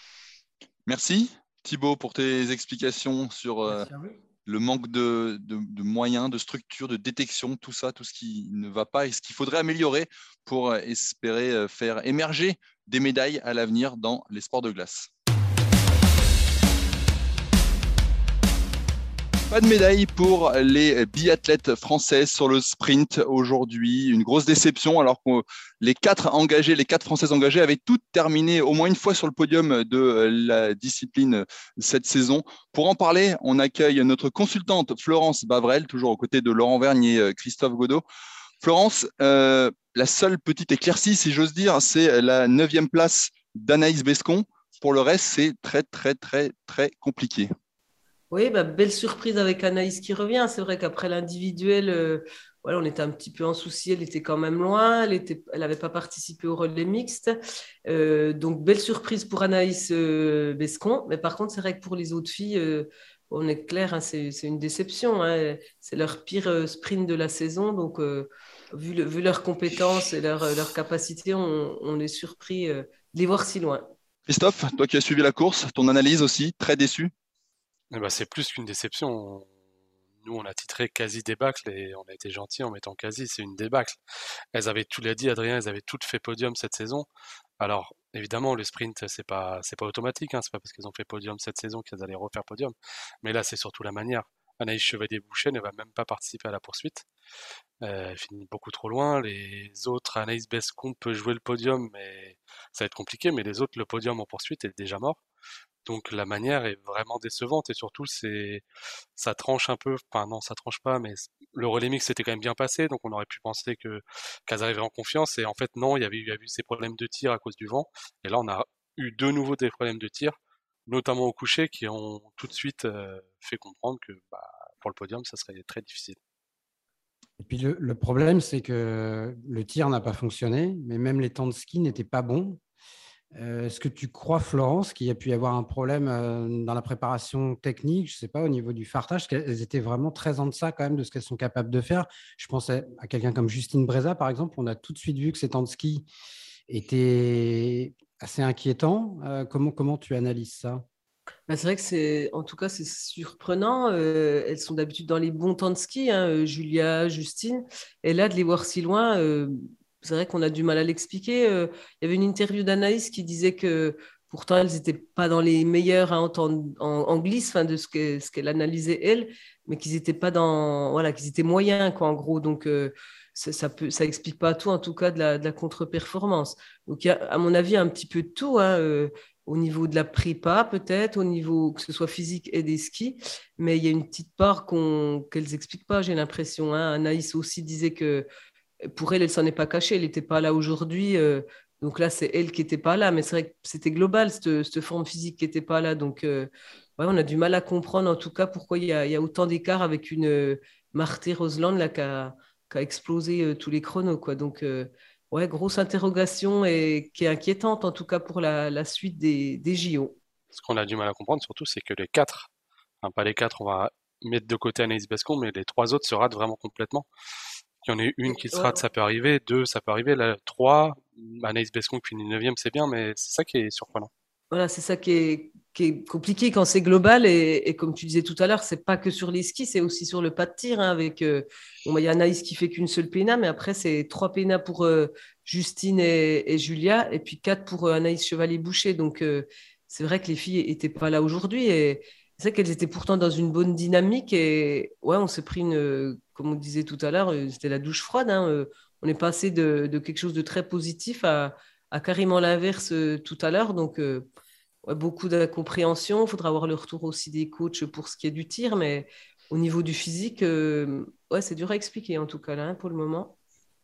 Merci Thibaut pour tes explications sur le manque de moyens, de structure, de détection, tout ça, tout ce qui ne va pas et ce qu'il faudrait améliorer pour espérer faire émerger des médailles à l'avenir dans les sports de glace. Pas de médaille pour les biathlètes français sur le sprint aujourd'hui. Une grosse déception alors que les quatre Françaises engagées avaient toutes terminé au moins une fois sur le podium de la discipline cette saison. Pour en parler, on accueille notre consultante Florence Bavrel, toujours aux côtés de Laurent Vergne et Christophe Godot. Florence, la seule petite éclaircie, si j'ose dire, c'est la 9e place d'Anaïs Bescon. Pour le reste, c'est très, très, très, très compliqué. Oui, belle surprise avec Anaïs qui revient. C'est vrai qu'après l'individuel, on était un petit peu en souci. Elle était quand même loin. Elle n'avait pas participé au relais mixte. Donc, belle surprise pour Anaïs Bescon. Mais par contre, c'est vrai que pour les autres filles, on est clair, hein, c'est une déception. Hein. C'est leur pire sprint de la saison. Donc, vu leurs compétences et leur capacité, on est surpris de les voir si loin. Christophe, toi qui as suivi la course, ton analyse aussi, très déçu? C'est plus qu'une déception. Nous, on a titré quasi débâcle et on a été gentil en mettant quasi. C'est une débâcle. Elles avaient tout, l'a dit Adrien, elles avaient toutes fait podium cette saison. Alors, évidemment, le sprint, c'est pas automatique. Hein. C'est pas parce qu'elles ont fait podium cette saison qu'elles allaient refaire podium. Mais là, c'est surtout la manière. Anaïs Chevalier-Boucher ne va même pas participer à la poursuite. Elle finit beaucoup trop loin. Les autres, Anaïs Bescon peut jouer le podium, mais ça va être compliqué. Mais les autres, le podium en poursuite est déjà mort. Donc la manière est vraiment décevante et surtout ça tranche un peu, enfin non ça tranche pas, mais le relais mix s'était quand même bien passé, donc on aurait pu penser qu'elles arriveraient en confiance et en fait non, il y a eu ces problèmes de tir à cause du vent et là on a eu de nouveau des problèmes de tir, notamment au coucher qui ont tout de suite fait comprendre que pour le podium ça serait très difficile. Et puis le problème c'est que le tir n'a pas fonctionné, mais même les temps de ski n'étaient pas bons. Est-ce que tu crois, Florence, qu'il y a pu y avoir un problème dans la préparation technique, je ne sais pas, au niveau du fartage, qu'elles étaient vraiment très en deçà quand même de ce qu'elles sont capables de faire? Je pensais à quelqu'un comme Justine Breza, par exemple. On a tout de suite vu que ses temps de ski étaient assez inquiétants. Comment tu analyses ça? C'est vrai que c'est surprenant. Elles sont d'habitude dans les bons temps de ski, hein, Julia, Justine. Et là, de les voir si loin... c'est vrai qu'on a du mal à l'expliquer. Il y avait une interview d'Anaïs qui disait que Pourtant, elles n'étaient pas dans les meilleures en glisse, enfin, de ce qu'elle analysait, elle, mais qu'ils n'étaient pas qu'ils étaient moyens, quoi, en gros. Donc, ça explique pas tout, en tout cas, de la contre-performance. Donc, il y a, à mon avis, un petit peu de tout, hein, au niveau de la prépa, peut-être, au niveau que ce soit physique et des skis, mais il y a une petite part qu'elles n'expliquent pas, j'ai l'impression. Hein. Anaïs aussi disait que pour elle, elle s'en est pas cachée, elle n'était pas là aujourd'hui. Donc là, c'est elle qui n'était pas là, mais c'est vrai que c'était global, cette forme physique qui n'était pas là. Donc, on a du mal à comprendre, en tout cas, pourquoi il y a autant d'écart avec une Marthe Rosland là, qui a explosé tous les chronos. Quoi. Donc, grosse interrogation et qui est inquiétante, en tout cas, pour la suite des JO. Ce qu'on a du mal à comprendre, surtout, c'est que les 4, enfin pas les 4, on va mettre de côté Anaïs Bescon, mais les 3 autres se ratent vraiment complètement. Il y en a une qui se rate, ça peut arriver, 2, ça peut arriver, là, 3, Anaïs Bescon qui finit 9e, c'est bien, mais c'est ça qui est surprenant. Voilà, c'est ça qui est compliqué quand c'est global et comme tu disais tout à l'heure, c'est pas que sur les skis, c'est aussi sur le pas de tir. Hein, avec il y a Anaïs qui fait qu'une seule péna, mais après c'est 3 pénas pour Justine et Julia, et puis 4 pour Anaïs Chevalier-Boucher. Donc c'est vrai que les filles étaient pas là aujourd'hui et c'est vrai qu'elles étaient pourtant dans une bonne dynamique et on s'est pris comme on disait tout à l'heure, c'était la douche froide. Hein, on est passé de quelque chose de très positif à carrément l'inverse tout à l'heure. Donc, beaucoup d'incompréhension. Il faudra avoir le retour aussi des coachs pour ce qui est du tir. Mais au niveau du physique, c'est dur à expliquer en tout cas là, pour le moment.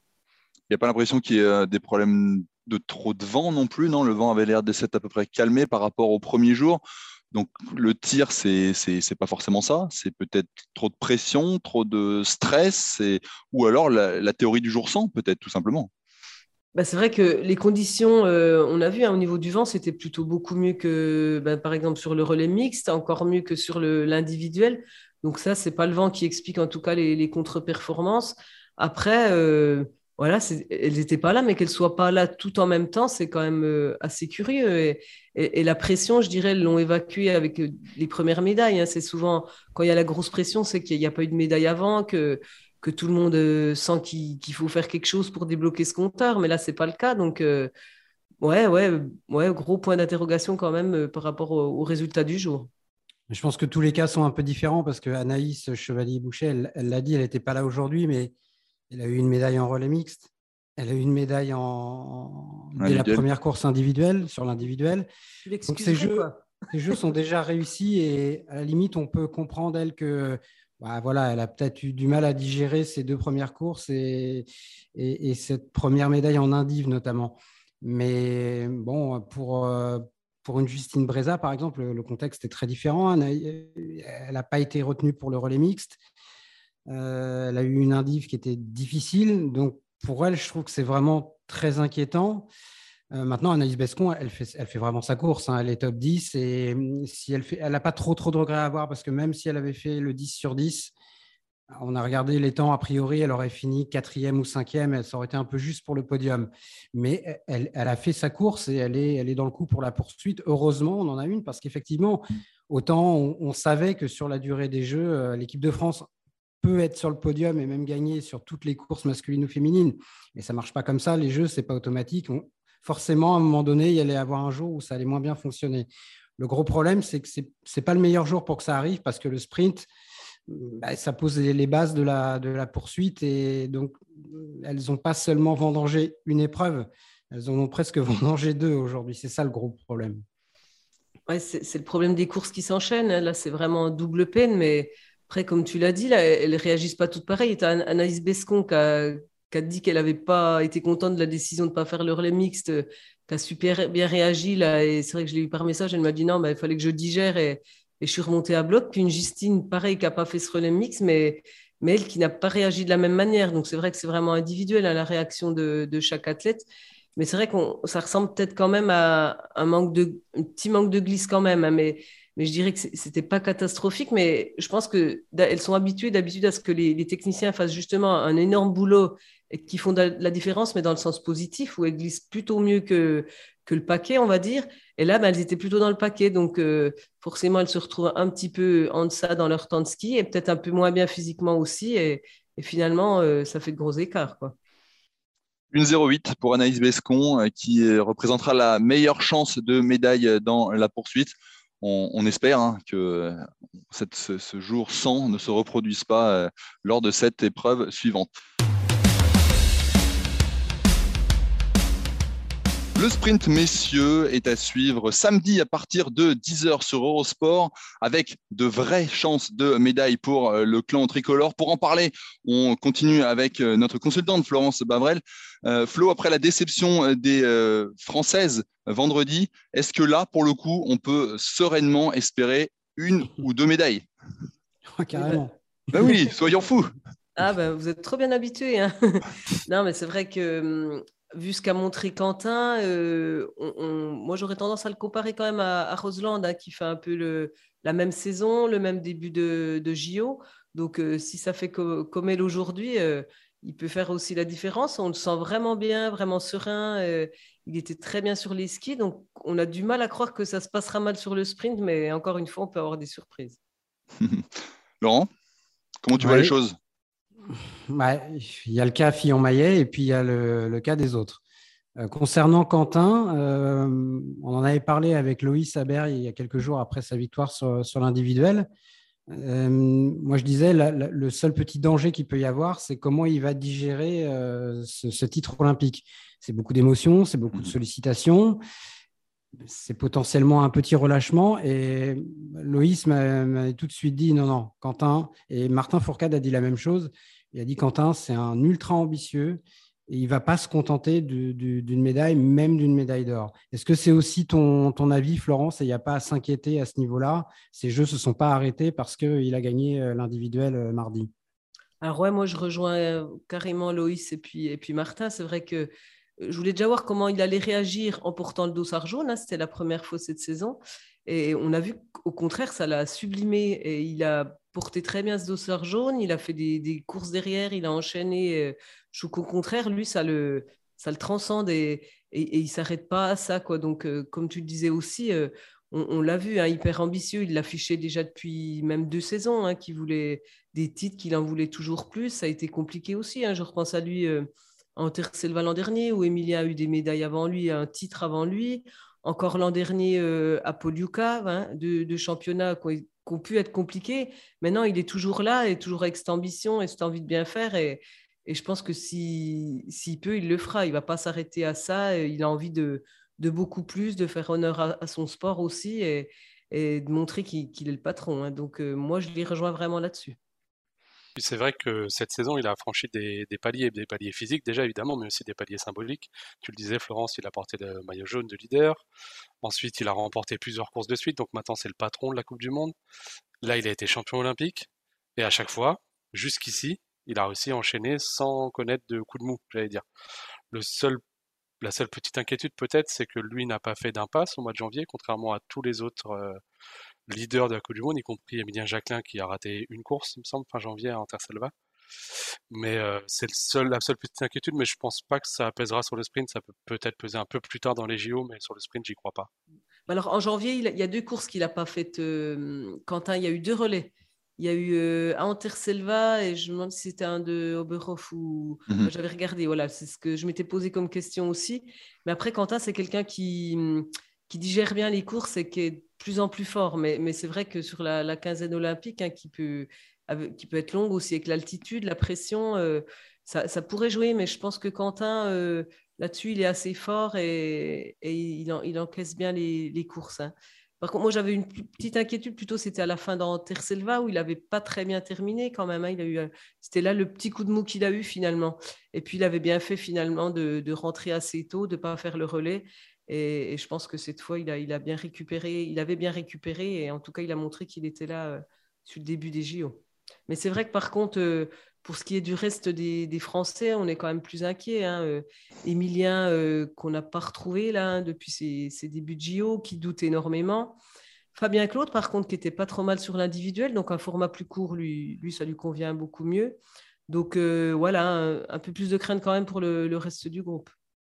Il n'y a pas l'impression qu'il y ait des problèmes de trop de vent non plus, non? Le vent avait l'air de s'être à peu près calmé par rapport au premier jour. Donc le tir, c'est pas forcément ça. C'est peut-être trop de pression, trop de stress, ou alors la théorie du jour sans, peut-être tout simplement. C'est vrai que les conditions, on a vu au niveau du vent, c'était plutôt beaucoup mieux que, par exemple, sur le relais mixte, encore mieux que sur l'individuel. Donc ça, c'est pas le vent qui explique en tout cas les contre-performances. Après, elles n'étaient pas là, mais qu'elles soient pas là tout en même temps, c'est quand même assez curieux. Et la pression, je dirais, elles l'ont évacuée avec les premières médailles. Hein. C'est souvent, quand il y a la grosse pression, c'est qu'il n'y a pas eu de médaille avant, que tout le monde sent qu'il faut faire quelque chose pour débloquer ce compteur, mais là, c'est pas le cas. Donc, gros point d'interrogation quand même par rapport au résultat du jour. Je pense que tous les cas sont un peu différents parce que Anaïs Chevalier-Boucher, elle l'a dit, elle n'était pas là aujourd'hui, mais elle a eu une médaille en relais mixte. Elle a eu une médaille dès la première course individuelle, sur l'individuel. Donc, ces jeux sont déjà réussis et à la limite, on peut comprendre, elle, que elle a peut-être eu du mal à digérer ces 2 premières courses et cette première médaille en indiv notamment. Mais bon, pour une Justine Breza, par exemple, le contexte est très différent. Elle n'a pas été retenue pour le relais mixte. Elle a eu une indiv qui était difficile. Donc, pour elle, je trouve que c'est vraiment très inquiétant. Maintenant, Anaïs Bescon, elle fait vraiment sa course. Hein. Elle est top 10 et si elle n'a pas trop de regrets à avoir parce que même si elle avait fait le 10 sur 10, on a regardé les temps, a priori, elle aurait fini 4e ou 5e, ça aurait été un peu juste pour le podium. Mais elle a fait sa course et elle est dans le coup pour la poursuite. Heureusement, on en a une parce qu'effectivement, autant on savait que sur la durée des Jeux, l'équipe de France peut être sur le podium et même gagner sur toutes les courses masculines ou féminines. Mais ça ne marche pas comme ça. Les Jeux, ce n'est pas automatique. Forcément, à un moment donné, il allait y avoir un jour où ça allait moins bien fonctionner. Le gros problème, c'est que ce n'est pas le meilleur jour pour que ça arrive parce que le sprint, ça pose les bases de la poursuite et donc elles n'ont pas seulement vendangé une épreuve, elles en ont presque vendangé 2 aujourd'hui. C'est ça le gros problème. Ouais, c'est le problème des courses qui s'enchaînent. Là, c'est vraiment double peine, mais après, comme tu l'as dit, là, elles ne réagissent pas toutes pareilles. Tu as Anaïs Bescon qui a dit qu'elle n'avait pas été contente de la décision de ne pas faire le relais mixte, qui a super bien réagi. Là, et c'est vrai que je l'ai eu par message, elle m'a dit non, il fallait que je digère et je suis remontée à bloc. Puis une Justine, pareil, qui n'a pas fait ce relais mixte, mais elle qui n'a pas réagi de la même manière. Donc c'est vrai que c'est vraiment individuel à la réaction de chaque athlète. Mais c'est vrai que ça ressemble peut-être quand même à un petit manque de glisse quand même. Hein, mais je dirais que c'était pas catastrophique. Mais je pense qu'elles sont habituées d'habitude à ce que les techniciens fassent justement un énorme boulot et qui font de la différence, mais dans le sens positif, où elles glissent plutôt mieux que le paquet, on va dire. Et là, elles étaient plutôt dans le paquet. Donc, forcément, elles se retrouvent un petit peu en deçà dans leur temps de ski et peut-être un peu moins bien physiquement aussi. Et finalement, ça fait de gros écarts, quoi. 1,08 pour Anaïs Bescon, qui représentera la meilleure chance de médaille dans la poursuite. On espère que ce jour 100 ne se reproduise pas lors de cette épreuve suivante. Le sprint messieurs est à suivre samedi à partir de 10h sur Eurosport avec de vraies chances de médaille pour le clan tricolore. Pour en parler, on continue avec notre consultante Florence Bavrel. Flo, après la déception des Françaises vendredi, est-ce que là, pour le coup, on peut sereinement espérer 1 ou 2 médailles? Carrément. Ben oui, soyons fous. Ah ben, vous êtes trop bien habitués. Non, mais c'est vrai que vu ce qu'a montré Quentin, moi j'aurais tendance à le comparer quand même à Roseland, qui fait un peu la même saison, le même début de JO. Donc si ça fait comme elle aujourd'hui, il peut faire aussi la différence. On le sent vraiment bien, vraiment serein. Il était très bien sur les skis. Donc on a du mal à croire que ça se passera mal sur le sprint, mais encore une fois, on peut avoir des surprises. Laurent, comment tu vois les choses? Il y a le cas Fillon-Maillet et puis il y a le cas des autres. Concernant Quentin, on en avait parlé avec Loïs Aber il y a quelques jours après sa victoire sur l'individuel. Moi, je disais, le seul petit danger qu'il peut y avoir, c'est comment il va digérer ce titre olympique. C'est beaucoup d'émotions, c'est beaucoup de sollicitations, c'est potentiellement un petit relâchement. Et Loïs m'a tout de suite dit non, Quentin, et Martin Fourcade a dit la même chose. Il a dit Quentin, c'est un ultra ambitieux et il ne va pas se contenter d'une médaille, même d'une médaille d'or. Est-ce que c'est aussi ton avis, Florence, et il n'y a pas à s'inquiéter à ce niveau-là? Ces jeux ne se sont pas arrêtés parce qu'il a gagné l'individuel mardi. Alors ouais, moi je rejoins carrément Loïs et puis Martin. C'est vrai que je voulais déjà voir comment il allait réagir en portant le dossard jaune. C'était la première fois cette saison. Et on a vu qu'au contraire, ça l'a sublimé. Et il a porté très bien ce dossard jaune. Il a fait des courses derrière. Il a enchaîné. Je trouve qu'au contraire, lui, ça le transcende et il ne s'arrête pas à ça, quoi. Donc, comme tu le disais aussi, on l'a vu, hyper ambitieux. Il l'affichait déjà depuis même 2 saisons, qu'il voulait des titres, qu'il en voulait toujours plus. Ça a été compliqué aussi. Je repense à lui en Terre-Selva l'an dernier, où Emilien a eu des médailles avant lui, un titre avant lui. Encore l'an dernier à Poliuca, de championnats qui ont pu être compliqués. Maintenant, il est toujours là et toujours avec cette ambition et cette envie de bien faire. Et je pense que s'il peut, il le fera. Il ne va pas s'arrêter à ça. Il a envie de beaucoup plus, de faire honneur à son sport aussi et de montrer qu'il est le patron. Donc, moi, je l'y rejoins vraiment là-dessus. C'est vrai que cette saison, il a franchi des paliers physiques déjà évidemment, mais aussi des paliers symboliques. Tu le disais, Florence, il a porté le maillot jaune de leader. Ensuite, il a remporté plusieurs courses de suite, donc maintenant c'est le patron de la Coupe du Monde. Là, il a été champion olympique. Et à chaque fois, jusqu'ici, il a réussi à enchaîner sans connaître de coup de mou, j'allais dire. La seule petite inquiétude peut-être, c'est que lui n'a pas fait d'impasse au mois de janvier, contrairement à tous les autres leader de la Coupe du Monde, y compris Emilien Jacquelin qui a raté une course, il me semble, fin janvier à Intersalva. Mais c'est la seule petite inquiétude, mais je pense pas que ça pèsera sur le sprint. Ça peut peut-être peser un peu plus tard dans les JO, mais sur le sprint, j'y crois pas. Alors en janvier, il y a 2 courses qu'il n'a pas faites. Quentin, il y a eu 2 relais. Il y a eu un en Terre-Selva et je me demande si c'était un de Oberhof ou j'avais regardé. Voilà, c'est ce que je m'étais posé comme question aussi. Mais après, Quentin, c'est quelqu'un qui digère bien les courses et qui est de plus en plus fort. Mais c'est vrai que sur la quinzaine olympique, qui peut être longue aussi avec l'altitude, la pression, ça pourrait jouer. Mais je pense que Quentin, là-dessus, il est assez fort et il encaisse bien les courses. Par contre, moi, j'avais une petite inquiétude, plutôt, c'était à la fin dans Terre-Selva, où il n'avait pas très bien terminé quand même. C'était là le petit coup de mou qu'il a eu finalement. Et puis, il avait bien fait finalement de rentrer assez tôt, de ne pas faire le relais. Et je pense que cette fois, il a bien récupéré. Il avait bien récupéré et en tout cas, il a montré qu'il était là sur le début des JO. Mais c'est vrai que par contre, pour ce qui est du reste des Français, on est quand même plus inquiet. Emilien, qu'on n'a pas retrouvé là depuis ses débuts de JO, qui doute énormément. Fabien Claude, par contre, qui n'était pas trop mal sur l'individuel, donc un format plus court, lui ça lui convient beaucoup mieux. Donc voilà, un peu plus de crainte quand même pour le reste du groupe.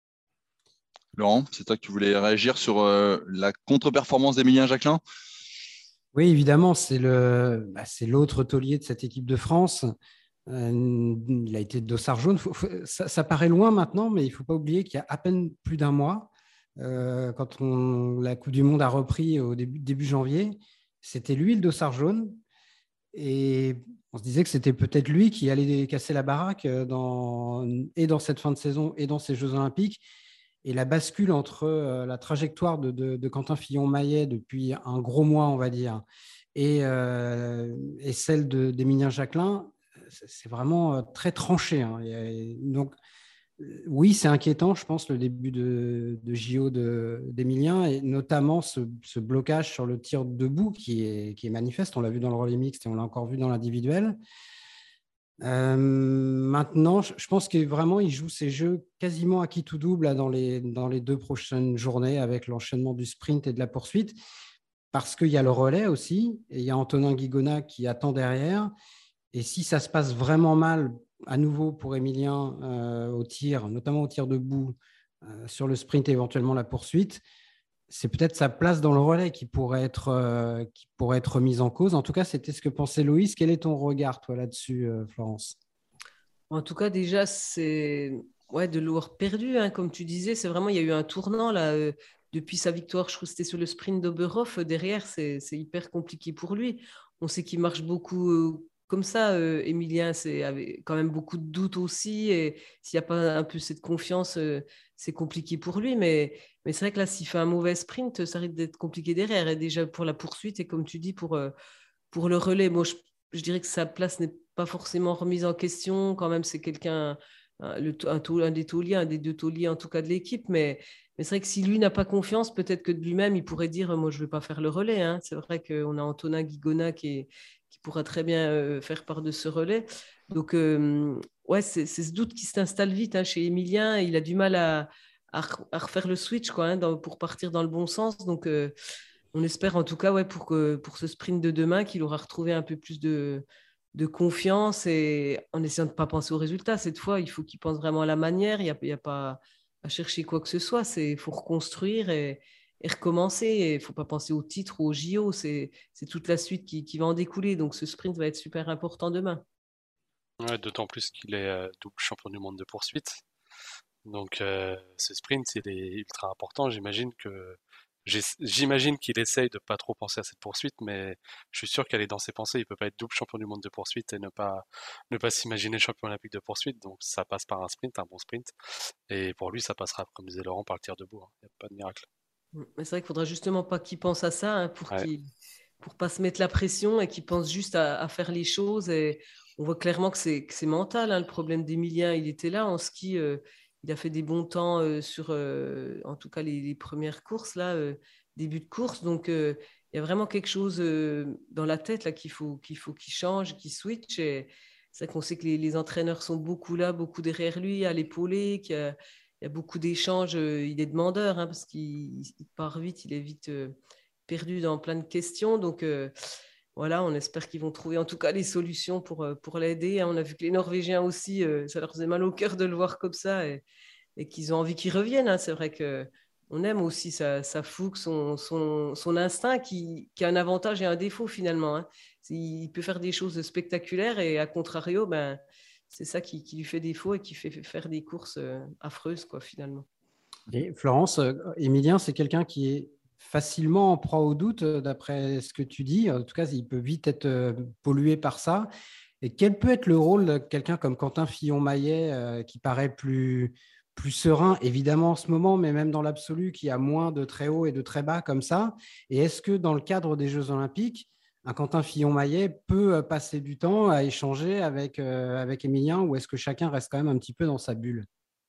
Laurent, c'est toi que tu voulais réagir sur la contre-performance d'Emilien Jacquelin? Oui, évidemment, c'est l'autre taulier de cette équipe de France. Il a été dossard jaune. Ça paraît loin maintenant, mais il ne faut pas oublier qu'il y a à peine plus d'un mois, quand la Coupe du Monde a repris au début janvier, c'était lui le dossard jaune. Et on se disait que c'était peut-être lui qui allait casser la baraque dans cette fin de saison et dans ces Jeux Olympiques. Et la bascule entre la trajectoire de Quentin Fillon-Maillet depuis un gros mois, on va dire, et celle d'Emilien Jacquelin, c'est vraiment très tranché. Hein. Donc, oui, c'est inquiétant, je pense, le début de JO d'Emilien, et notamment ce blocage sur le tir debout qui est manifeste. On l'a vu dans le relais mixte et on l'a encore vu dans l'individuel. Maintenant, je pense que vraiment, il joue ses jeux quasiment à qui tout double là, dans les 2 prochaines journées avec l'enchaînement du sprint et de la poursuite, parce qu'il y a le relais aussi, et il y a Antonin Guigona qui attend derrière. Et si ça se passe vraiment mal, à nouveau pour Emilien au tir, notamment au tir debout, sur le sprint et éventuellement la poursuite, c'est peut-être sa place dans le relais qui pourrait être remise en cause. En tout cas, c'était ce que pensait Loïs. Quel est ton regard, toi, là-dessus, Florence ? En tout cas, déjà, c'est de l'avoir perdu, hein, comme tu disais. C'est vraiment, il y a eu un tournant là. Depuis sa victoire, je trouve que c'était sur le sprint d'Oberhof. Derrière, c'est hyper compliqué pour lui. On sait qu'il marche beaucoup comme ça. Emilien, avait quand même beaucoup de doutes aussi. Et s'il n'y a pas un peu cette confiance, c'est compliqué pour lui. Mais c'est vrai que là, s'il fait un mauvais sprint, ça risque d'être compliqué derrière. Et déjà pour la poursuite, et comme tu dis, pour le relais, moi, je dirais que sa place n'est pas forcément remise en question. Quand même, c'est quelqu'un, un des tauliers, un des 2 tauliers en tout cas de l'équipe. Mais c'est vrai que si lui n'a pas confiance, peut-être que de lui-même, il pourrait dire moi, je ne vais pas faire le relais. Hein. C'est vrai qu'on a Antonin Guigona qui pourra très bien faire part de ce relais. Donc, c'est ce doute qui s'installe vite hein, chez Emilien. Il a du mal à refaire le switch quoi, hein, pour partir dans le bon sens. Donc, on espère en tout cas pour ce sprint de demain qu'il aura retrouvé un peu plus de confiance, et en essayant de ne pas penser aux résultats. Cette fois, il faut qu'il pense vraiment à la manière. Il n'y a pas à chercher quoi que ce soit. Il faut reconstruire et recommencer. Il ne faut pas penser au titre ou au JO. C'est toute la suite qui va en découler. Donc, ce sprint va être super important demain. Ouais, d'autant plus qu'il est double champion du monde de poursuite. Donc, ce sprint, il est ultra important. J'imagine qu'il essaye de pas trop penser à cette poursuite, mais je suis sûr qu'elle est dans ses pensées. Il peut pas être double champion du monde de poursuite et ne pas s'imaginer champion olympique de poursuite. Donc ça passe par un sprint, un bon sprint. Et pour lui, ça passera, comme disait Laurent, par le tir debout. Hein. Il n'y a pas de miracle. Mais c'est vrai qu'il faudra justement pas qu'il pense à ça hein, pour pas se mettre la pression, et qu'il pense juste à faire les choses. Et on voit clairement que c'est mental. Hein. Le problème d'Emilien, il était là en ski. Il a fait des bons temps sur, en tout cas, les premières courses, là, début de course. Donc, il y a vraiment quelque chose dans la tête là, qu'il faut qu'il change, qu'il switch. Et c'est vrai qu'on sait que les entraîneurs sont beaucoup là, beaucoup derrière lui, à l'épauler, qu'il y a beaucoup d'échanges. Il est demandeur hein, parce qu'il part vite, il est vite perdu dans plein de questions. Donc, voilà, on espère qu'ils vont trouver en tout cas les solutions pour l'aider. On a vu que les Norvégiens aussi, ça leur faisait mal au cœur de le voir comme ça, et qu'ils ont envie qu'il revienne. Hein. C'est vrai qu'on aime aussi sa fougue, son instinct qui a un avantage et un défaut finalement. Hein. Il peut faire des choses spectaculaires, et à contrario, c'est ça qui lui fait défaut et qui fait faire des courses affreuses quoi, finalement. Et Florence, Emilien, c'est quelqu'un qui est facilement en proie au doute, d'après ce que tu dis. En tout cas, il peut vite être pollué par ça. Et quel peut être le rôle de quelqu'un comme Quentin Fillon-Maillet, qui paraît plus serein, évidemment en ce moment, mais même dans l'absolu, qui a moins de très haut et de très bas comme ça? Et est-ce que dans le cadre des Jeux Olympiques, un Quentin Fillon-Maillet peut passer du temps à échanger avec Emilien, ou est-ce que chacun reste quand même un petit peu dans sa bulle?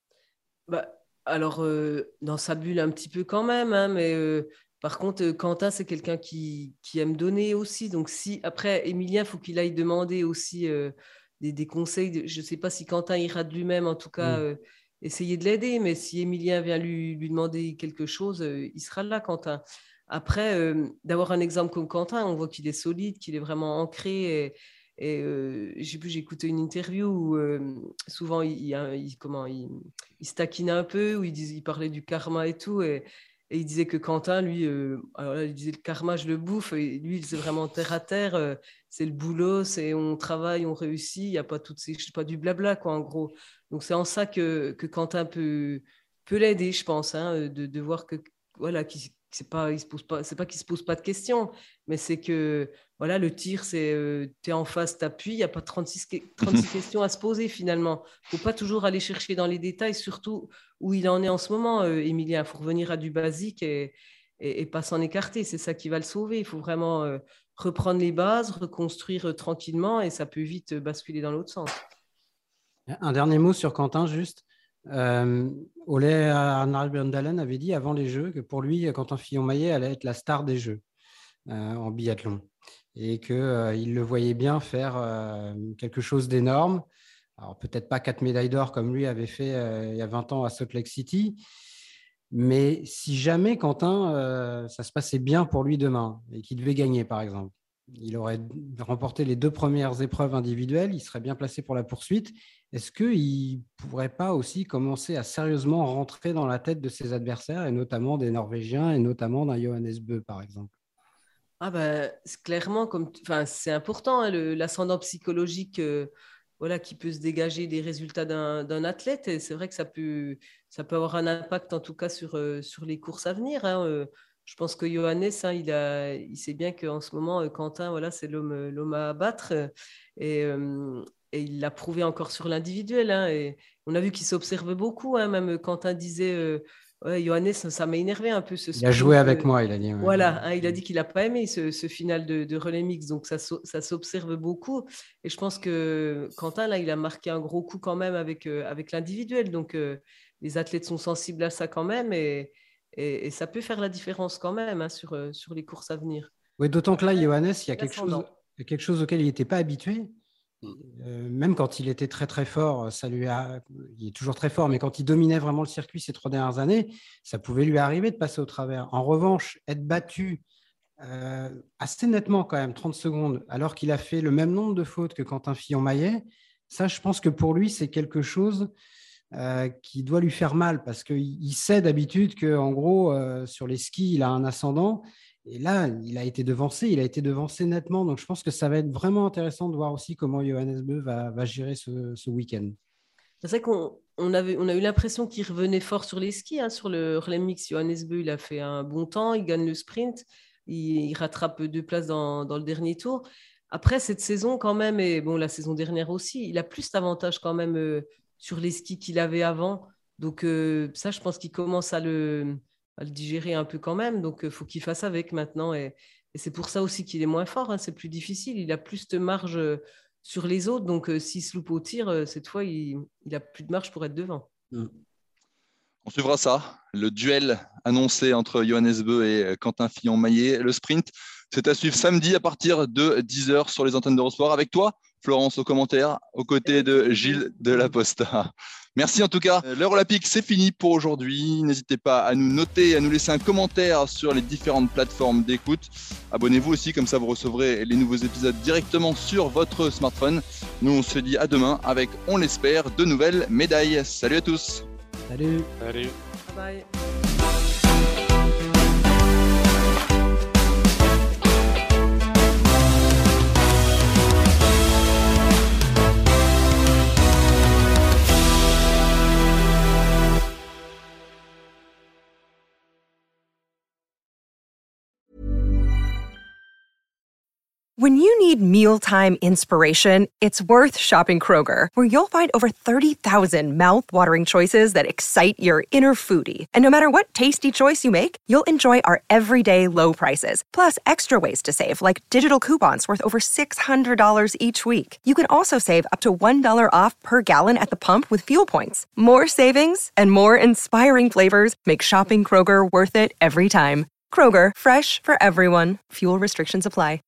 Alors, dans sa bulle un petit peu quand même, hein, mais par contre, Quentin, c'est quelqu'un qui aime donner aussi. Donc, si après, Emilien, il faut qu'il aille demander aussi des conseils. Je ne sais pas si Quentin ira de lui-même, en tout cas, essayer de l'aider. Mais si Emilien vient lui demander quelque chose, il sera là, Quentin. Après, d'avoir un exemple comme Quentin, on voit qu'il est solide, qu'il est vraiment ancré. Et j'ai écouté une interview où souvent il se taquinait un peu, où il parlait du karma et tout. Et Et il disait que Quentin, lui, alors là, il disait le karma, je le bouffe. Et lui, c'est vraiment terre à terre. C'est le boulot, c'est on travaille, on réussit. Il n'y a pas pas du blabla, quoi, en gros. Donc, c'est en ça que Quentin peut l'aider, je pense, hein, de voir que, voilà, c'est pas qu'il se pose pas de questions, mais c'est que, voilà, le tir, c'est tu es en face, tu appuies, il n'y a pas 36 questions à se poser, finalement. Il ne faut pas toujours aller chercher dans les détails, surtout où il en est en ce moment, Emilien. Il faut revenir à du basique et pas s'en écarter. C'est ça qui va le sauver. Il faut vraiment reprendre les bases, reconstruire tranquillement, et ça peut vite basculer dans l'autre sens. Un dernier mot sur Quentin, juste. Ole Arnar Bjørndalen avait dit avant les Jeux que pour lui, Quentin Fillon-Maillet allait être la star des Jeux en biathlon et qu'il le voyait bien faire quelque chose d'énorme. Alors peut-être pas 4 médailles d'or comme lui avait fait il y a 20 ans à Salt Lake City, mais si jamais Quentin, ça se passait bien pour lui demain et qu'il devait gagner par exemple, il aurait remporté les 2 premières épreuves individuelles, il serait bien placé pour la poursuite. Est-ce qu'il ne pourrait pas aussi commencer à sérieusement rentrer dans la tête de ses adversaires, et notamment des Norvégiens, et notamment d'un Johannes Bø, par exemple? Ah ben, c'est clairement, c'est important, hein, l'ascendant psychologique voilà, qui peut se dégager des résultats d'un athlète. Et c'est vrai que ça peut avoir un impact, en tout cas, sur les courses à venir, hein. Je pense que Johannes, hein, il sait bien qu'en ce moment, Quentin, voilà, c'est l'homme à abattre. Et il l'a prouvé encore sur l'individuel, hein, et on a vu qu'il s'observe beaucoup, hein, même Quentin disait ouais, Johannes, ça m'a énervé un peu ce sprint. Il a joué avec moi, il a dit. Ouais. Voilà, hein, il a dit qu'il n'a pas aimé ce final de relais mix, donc ça s'observe beaucoup. Et je pense que Quentin, là, il a marqué un gros coup quand même avec l'individuel. Donc les athlètes sont sensibles à ça quand même, et ça peut faire la différence quand même, hein, sur les courses à venir. Oui, d'autant que là, Johannes, il y a quelque chose auquel il n'était pas habitué. Même quand il était très très fort, il est toujours très fort, mais quand il dominait vraiment le circuit ces 3 dernières années, ça pouvait lui arriver de passer au travers. En revanche, être battu assez nettement quand même, 30 secondes, alors qu'il a fait le même nombre de fautes que Quentin Fillon-Maillet, ça, je pense que pour lui, c'est quelque chose qui doit lui faire mal, parce qu'il sait d'habitude qu'en gros, sur les skis, il a un ascendant. Et là, il a été devancé nettement. Donc, je pense que ça va être vraiment intéressant de voir aussi comment Johannes Bø va gérer ce week-end. C'est vrai qu'on a eu l'impression qu'il revenait fort sur les skis, hein, sur le relais mix. Johannes Bø, il a fait un bon temps, il gagne le sprint, il rattrape 2 places dans le dernier tour. Après, cette saison quand même, et bon, la saison dernière aussi, il a plus d'avantages quand même sur les skis qu'il avait avant. Donc ça, je pense qu'il commence à le digérer un peu quand même. Donc, il faut qu'il fasse avec maintenant. Et c'est pour ça aussi qu'il est moins fort, hein. C'est plus difficile. Il a plus de marge sur les autres. Donc, s'il se loupe au tir, cette fois, il a plus de marge pour être devant. On suivra ça. Le duel annoncé entre Johannes Bø et Quentin Fillon-Maillet. Le sprint, c'est à suivre samedi à partir de 10h sur les antennes d'Eurosport. Avec toi, Florence, aux commentaires, aux côtés de Gilles Delaposta. Merci en tout cas. L'heure olympique, c'est fini pour aujourd'hui. N'hésitez pas à nous noter, à nous laisser un commentaire sur les différentes plateformes d'écoute. Abonnez-vous aussi, comme ça vous recevrez les nouveaux épisodes directement sur votre smartphone. Nous, on se dit à demain avec, on l'espère, de nouvelles médailles. Salut à tous. Salut. Salut. Bye. When you need mealtime inspiration, it's worth shopping Kroger, where you'll find over 30,000 mouth-watering choices that excite your inner foodie. And no matter what tasty choice you make, you'll enjoy our everyday low prices, plus extra ways to save, like digital coupons worth over $600 each week. You can also save up to $1 off per gallon at the pump with fuel points. More savings and more inspiring flavors make shopping Kroger worth it every time. Kroger, fresh for everyone. Fuel restrictions apply.